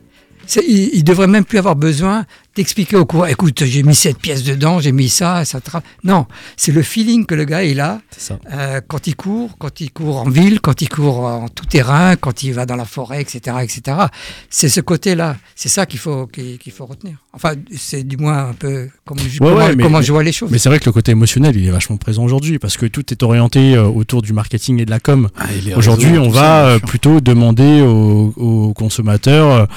C'est, il, il devrait même plus avoir besoin d'expliquer au cours. Écoute, j'ai mis cette pièce dedans, j'ai mis ça, ça tra... Non, c'est le feeling que le gars il a euh, quand il court, quand il court en ville, quand il court en tout terrain, quand il va dans la forêt, et cetera, et cetera. C'est ce côté-là, c'est ça qu'il faut qu'il, qu'il faut retenir. Enfin, c'est du moins un peu comme je, ouais, comment, ouais, mais, comment mais, je vois les choses. Mais c'est vrai que le côté émotionnel, il est vachement présent aujourd'hui parce que tout est orienté euh, autour du marketing et de la com. Ah, aujourd'hui, réseaux, on va ça, euh, plutôt demander aux, aux consommateurs. Euh,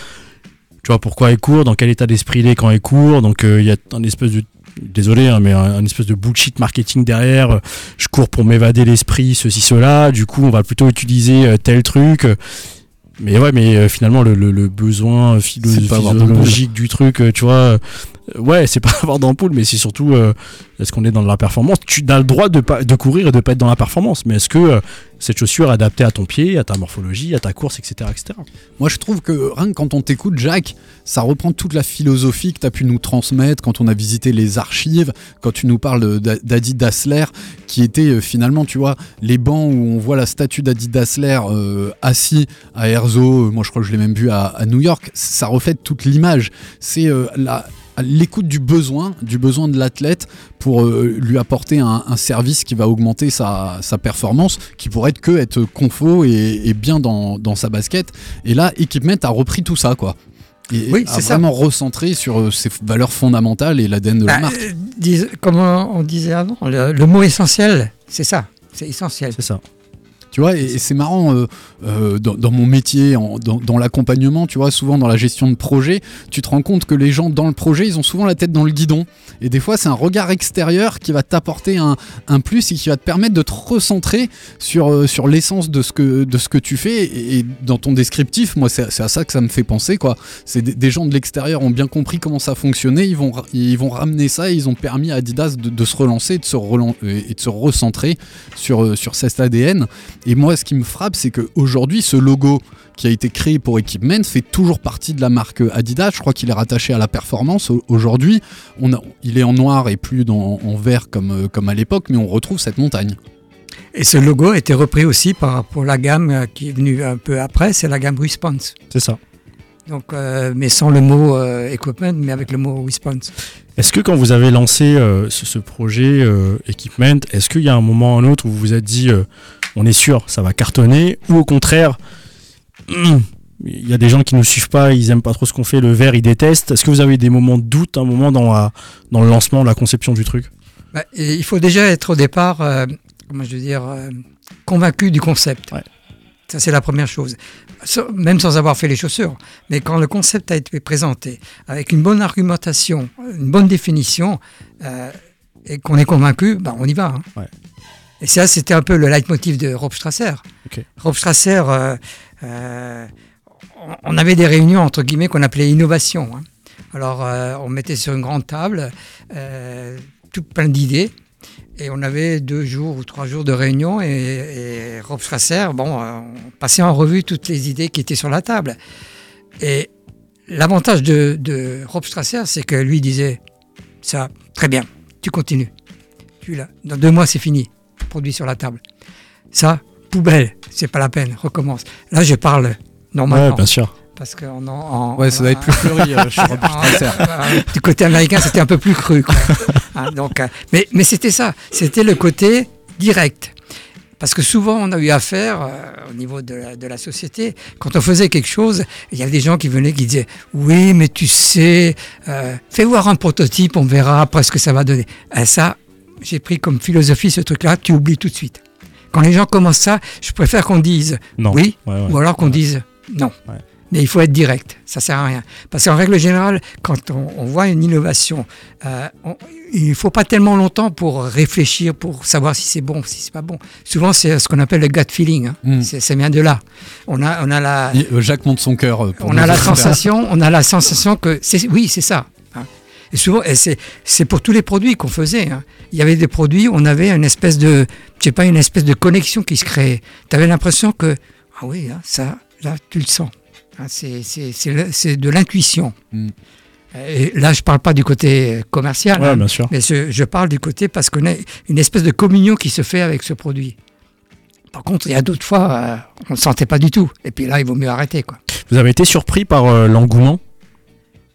Tu vois pourquoi il court, dans quel état d'esprit il est quand il court. Donc il euh, y a un espèce de, désolé, hein, mais un, un espèce de bullshit marketing derrière. Je cours pour m'évader l'esprit, ceci, cela. Du coup, on va plutôt utiliser euh, tel truc. Mais ouais, mais euh, finalement le, le, le besoin philo- physiologique du truc, euh, tu vois. Euh, ouais, c'est pas avoir d'ampoule, mais c'est surtout euh, est-ce qu'on est dans la performance. Tu as le droit de, pas, de courir et de pas être dans la performance, mais est-ce que euh, cette chaussure est adaptée à ton pied, à ta morphologie, à ta course, et cetera, et cetera. Moi, je trouve que rien que quand on t'écoute, Jack, ça reprend toute la philosophie que tu as pu nous transmettre quand on a visité les archives, quand tu nous parles d'Adi Dassler, qui était euh, finalement, tu vois, les bancs où on voit la statue d'Adi Dassler euh, assis à Herzog, moi je crois que je l'ai même vu à, à New York, ça reflète toute l'image. C'est euh, la... l'écoute du besoin, du besoin de l'athlète pour euh, lui apporter un, un service qui va augmenter sa, sa performance, qui pourrait être que être confo et, et bien dans, dans sa basket. Et là, Equipment a repris tout ça, quoi. Et oui, a c'est vraiment ça. recentré sur euh, ses valeurs fondamentales et l'A D N de bah, la marque. Euh, dis, comme on disait avant, le, le mot essentiel, c'est ça. C'est essentiel. C'est ça. Tu vois, et, et c'est marrant, euh, euh, dans, dans mon métier, en, dans, dans l'accompagnement, tu vois, souvent dans la gestion de projet, tu te rends compte que les gens dans le projet, ils ont souvent la tête dans le guidon. Et des fois, c'est un regard extérieur qui va t'apporter un, un plus et qui va te permettre de te recentrer sur, euh, sur l'essence de ce, que, de ce que tu fais. Et, et dans ton descriptif, moi, c'est, c'est à ça que ça me fait penser, quoi. C'est des, des gens de l'extérieur ont bien compris comment ça fonctionnait, ils vont, ils vont ramener ça et ils ont permis à Adidas de, de se relancer de se relan- et de se recentrer sur, sur cet A D N. Et moi, ce qui me frappe, c'est qu'aujourd'hui, ce logo qui a été créé pour Equipment fait toujours partie de la marque Adidas. Je crois qu'il est rattaché à la performance. Aujourd'hui, on a, il est en noir et plus dans, en vert comme, comme à l'époque, mais on retrouve cette montagne. Et ce logo a été repris aussi par, pour la gamme qui est venue un peu après, c'est la gamme Response. C'est ça. Donc, euh, mais sans le mot euh, Equipment, mais avec le mot Response. Est-ce que quand vous avez lancé euh, ce, ce projet euh, Equipment, est-ce qu'il y a un moment ou un autre où vous vous êtes dit euh, on est sûr, ça va cartonner, ou au contraire, il y a des gens qui ne nous suivent pas, ils aiment pas trop ce qu'on fait, le vert, ils détestent. Est-ce que vous avez des moments de doute, un moment dans, la, dans le lancement, la conception du truc ? Bah, il faut déjà être au départ, euh, comment je veux dire, euh, convaincu du concept. Ouais. Ça, c'est la première chose. Même sans avoir fait les chaussures. Mais quand le concept a été présenté, avec une bonne argumentation, une bonne définition, euh, et qu'on est convaincu, bah, on y va. Hein. Ouais. Et ça, c'était un peu le leitmotiv de Rob Strasser. Okay. Rob Strasser, euh, euh, on avait des réunions, entre guillemets, qu'on appelait innovation. Hein. Alors, euh, on mettait sur une grande table euh, tout plein d'idées. Et on avait deux jours ou trois jours de réunion. Et, et Rob Strasser, bon, euh, on passait en revue toutes les idées qui étaient sur la table. Et l'avantage de, de Rob Strasser, c'est que lui disait, ça, très bien, tu continues. Tu l'as. Dans deux mois, c'est fini. Produit sur la table. Ça, poubelle, c'est pas la peine, recommence. Là, je parle normalement. Ouais, bien sûr. Parce que en, en, ouais, ça doit être plus fleuri. Euh, je euh, du côté américain, c'était un peu plus cru. Quoi. Hein, donc, euh, mais, mais c'était ça, c'était le côté direct. Parce que souvent, on a eu affaire, euh, au niveau de la, de la société, quand on faisait quelque chose, il y avait des gens qui venaient qui disaient « Oui, mais tu sais, euh, fais voir un prototype, on verra après ce que ça va donner. » Et ça, j'ai pris comme philosophie ce truc-là, tu oublies tout de suite. Quand les gens commencent ça, je préfère qu'on dise non. oui, ouais, ouais, ou alors qu'on ouais. dise non. Ouais. Mais il faut être direct, ça sert à rien. Parce qu'en règle générale, quand on, on voit une innovation, euh, on, il ne faut pas tellement longtemps pour réfléchir, pour savoir si c'est bon, si c'est pas bon. Souvent, c'est ce qu'on appelle le gut feeling. Hein. Mm. C'est, ça vient de là. On a, on a la. Jacques monte son cœur. On a la sensation, on a la sensation que c'est, oui, c'est ça. Hein. Et souvent, et c'est, c'est pour tous les produits qu'on faisait. Hein. Il y avait des produits, on avait une espèce de, je sais pas, une espèce de connexion qui se créait. Tu avais l'impression que, ah oui, hein, ça, là, tu le sens. C'est, c'est, c'est, c'est de l'intuition. Mm. Et là, je ne parle pas du côté commercial, ouais, hein, bien sûr. mais je, je parle du côté parce qu'on a une espèce de communion qui se fait avec ce produit. Par contre, il y a d'autres fois, euh, on ne le sentait pas du tout. Et puis là, il vaut mieux arrêter. Quoi. Vous avez été surpris par euh, l'engouement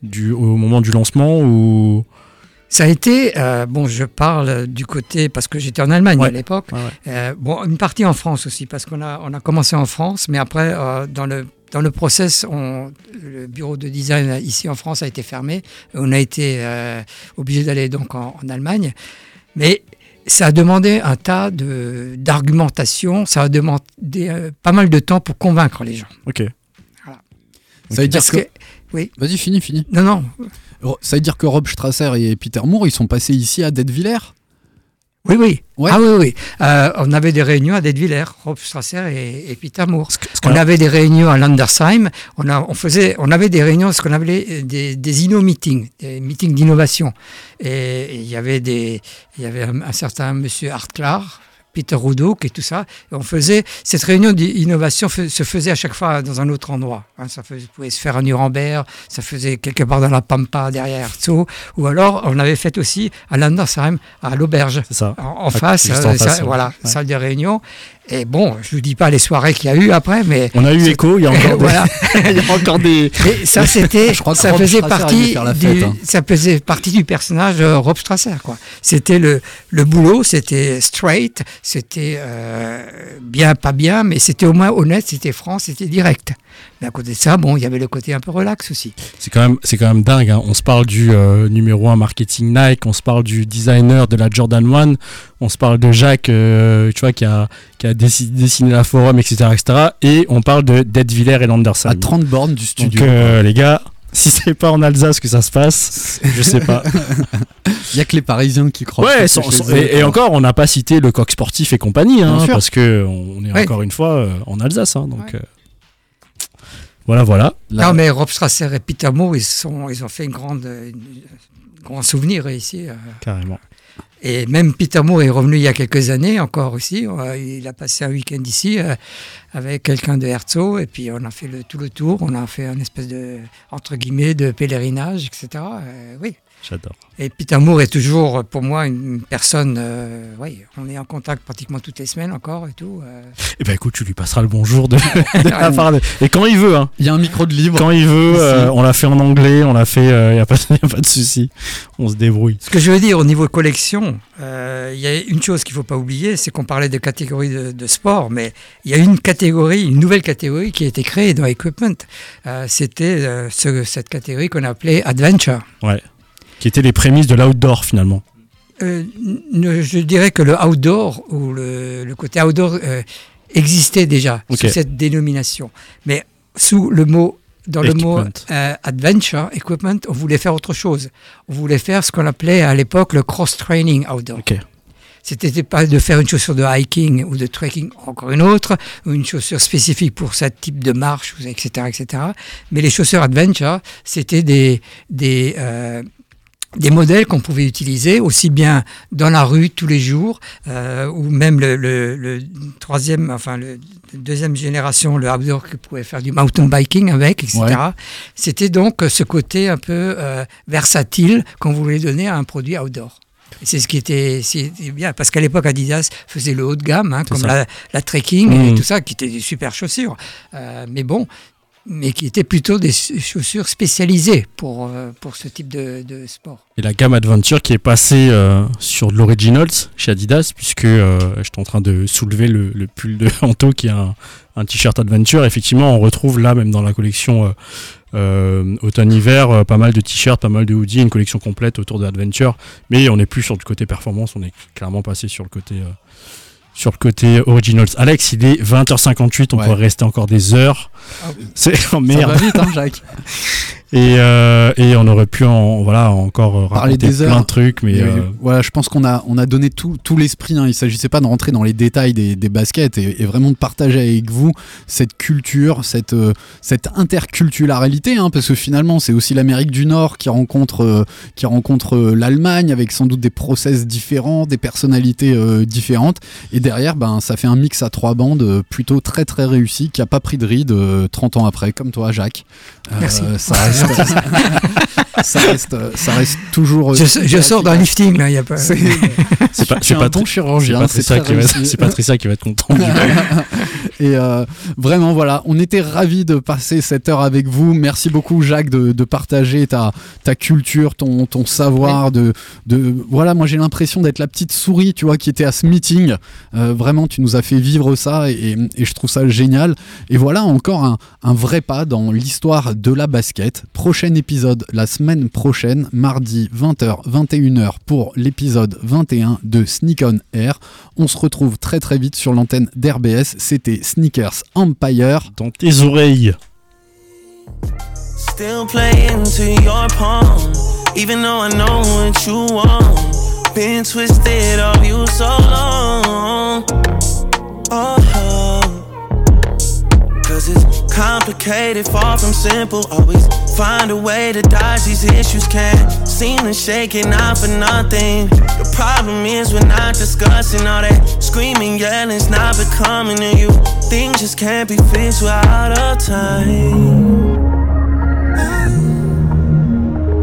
du, au moment du lancement ou... Ça a été, euh, bon, je parle du côté, parce que j'étais en Allemagne ouais. à l'époque, ouais, ouais. Euh, bon, une partie en France aussi, parce qu'on a, on a commencé en France, mais après, euh, dans le Dans le process, on, le bureau de design ici en France a été fermé. On a été euh, obligé d'aller donc en, en Allemagne. Mais ça a demandé un tas de, d'argumentation. Ça a demandé euh, pas mal de temps pour convaincre les gens. Ok. Voilà. Ça veut dire Parce que... que... Oui. Vas-y, fini, fini. Non, non. Ça veut dire que Rob Strasser et Peter Moore, ils sont passés ici à Detwiller ? Oui, oui. Ouais. Ah oui, oui. Euh, on avait des réunions à Detwiller, Rob Strasser et, et Peter Moore. Ce que, ce on avait des réunions à Landersheim. On, a, on, faisait, on avait des réunions, ce qu'on appelait des, des inno-meetings, des meetings d'innovation. Et il y avait, des, il y avait un, un certain monsieur Hartklar, Peter Rudok et tout ça. Et on faisait, cette réunion d'innovation f- se faisait à chaque fois dans un autre endroit. Hein, ça faisait, pouvait se faire à Nuremberg, ça faisait quelque part dans la Pampa, derrière Herzog. Ou alors, on avait fait aussi à Landersheim, à l'auberge. C'est ça. En, en face, juste euh, en face, ça, ouais. voilà, Ouais. salle de réunion. Et bon, je ne vous dis pas les soirées qu'il y a eu après, mais... On a eu écho, il y a encore des... voilà. il y a encore des... Mais ça, c'était... Je crois que ça Rob faisait Strasser, il partie veut faire la du, fête, hein. ça faisait partie du personnage euh, Rob Strasser, quoi. C'était le, le boulot, c'était straight, c'était euh, bien, pas bien, mais c'était au moins honnête, c'était franc, c'était direct. Mais à côté de ça, bon, il y avait le côté un peu relax aussi. C'est quand même, c'est quand même dingue. Hein. On se parle du euh, numéro un marketing Nike, on se parle du designer de la Jordan un, on se parle de Jacques, euh, tu vois, qui a, qui a dessiné, dessiné la forum, et cetera, et cetera. Et on parle de Detwiller et Landersheim. À trente bornes du studio. Donc, euh, les gars, si c'est pas en Alsace que ça se passe, je sais pas. Il y a que les Parisiens qui croient. Ouais, sans, sans, et, et encore, on n'a pas cité le Coq Sportif et compagnie, hein, parce que on est ouais. encore une fois euh, en Alsace, hein, donc. Ouais. Euh, Voilà, voilà. Là... Non, mais Rob Strasser et Peter Moore, ils, sont, ils ont fait une grande, une, un grand souvenir ici. Euh. Carrément. Et même Peter Moore est revenu il y a quelques années encore aussi. Euh, il a passé un week-end ici euh, avec quelqu'un de Herzog. Et puis on a fait le, tout le tour. On a fait une espèce de, entre guillemets, de pèlerinage, et cetera. Euh, oui. J'adore. Et Peter Moore est toujours, pour moi, une personne... Euh, oui, on est en contact pratiquement toutes les semaines encore et tout. Euh. Eh ben écoute, tu lui passeras le bonjour de, de la part de... Et quand il veut, hein. Il y a un micro de libre. Quand il veut, euh, on l'a fait en anglais, on l'a fait... Il euh, n'y a, a pas de souci. On se débrouille. Ce que je veux dire au niveau collection, il euh, y a une chose qu'il ne faut pas oublier, c'est qu'on parlait de catégorie de, de sport, mais il y a une catégorie, une nouvelle catégorie qui a été créée dans Equipment. Euh, c'était euh, ce, cette catégorie qu'on appelait Adventure. Ouais. Qui étaient les prémices de l'outdoor finalement. Euh, je dirais que le outdoor ou le, le côté outdoor euh, existait déjà okay. sous cette dénomination, mais sous le mot, dans equipment. Le mot euh, adventure equipment, on voulait faire autre chose. On voulait faire ce qu'on appelait à l'époque le cross-training outdoor. Okay. C'était pas de faire une chaussure de hiking ou de trekking, encore une autre, ou une chaussure spécifique pour ce type de marche, et cetera, et cetera. Mais les chaussures adventure, c'était des des euh, des modèles qu'on pouvait utiliser aussi bien dans la rue tous les jours euh, ou même le, le, le troisième, enfin le, le deuxième génération, le outdoor qui pouvait faire du mountain biking avec, et cetera. Ouais. C'était donc ce côté un peu euh, versatile qu'on voulait donner à un produit outdoor. Et c'est ce qui était, c'était bien, parce qu'à l'époque Adidas faisait le haut de gamme, hein, comme la, la trekking mmh. et tout ça, qui étaient des super chaussures. Euh, mais bon, mais qui étaient plutôt des chaussures spécialisées pour, euh, pour ce type de, de sport. Et la gamme Adventure qui est passée euh, sur de l'Originals chez Adidas, puisque euh, j'étais en train de soulever le, le pull de Anto qui est un, un t-shirt Adventure. Effectivement, on retrouve là, même dans la collection euh, euh, automne-hiver, euh, pas mal de t-shirts, pas mal de hoodies, une collection complète autour de Adventure. Mais on n'est plus sur le côté performance, on est clairement passé sur le côté... Euh, sur le côté Originals. Alex, il est vingt heures cinquante-huit, on ouais. pourrait rester encore des heures. Ah, c'est oh, merde. Ça va vite, hein, Jacques. Et, euh, et on aurait pu en, voilà, encore parler des plein heures. de trucs. Mais euh... voilà, je pense qu'on a, on a donné tout, tout l'esprit. Hein. Il ne s'agissait pas de rentrer dans les détails des, des baskets et, et vraiment de partager avec vous cette culture, cette, euh, cette interculturalité. Hein, parce que finalement, c'est aussi l'Amérique du Nord qui rencontre, euh, qui rencontre euh, l'Allemagne avec sans doute des process différents, des personnalités euh, différentes. Et derrière, ben, ça fait un mix à trois bandes euh, plutôt très très réussi qui n'a pas pris de ride euh, trente ans après, comme toi, Jacques. Merci. Euh, ça, reste, ça reste, ça reste toujours. Je, je sors d'un lifting là, il y a pas. C'est, c'est pas, c'est un pas bon chirurgien. C'est Patricia, qui va, c'est Patricia qui va être contente. Et euh, vraiment, voilà, on était ravis de passer cette heure avec vous. Merci beaucoup, Jacques, de, de partager ta, ta culture, ton, ton savoir. De, de, voilà, moi j'ai l'impression d'être la petite souris, tu vois, qui était à ce meeting. Euh, vraiment, tu nous as fait vivre ça et, et je trouve ça génial. Et voilà, encore un, un vrai pas dans l'histoire de la basket. Prochain épisode la semaine prochaine, mardi vingt heures, vingt et une heures pour l'épisode vingt et un de Sneak On Air. On se retrouve très très vite sur l'antenne d'R B S. C'était Sneakers Empire. Dans tes oreilles. Still playing to your palm, even though I know what you want. Been twisted of you so long. Oh, cause it's complicated, far from simple. Always find a way to dodge these issues. Can't seem to shake it, not for nothing. The problem is we're not discussing all that screaming, yelling's not becoming to you. Things just can't be fixed without a time.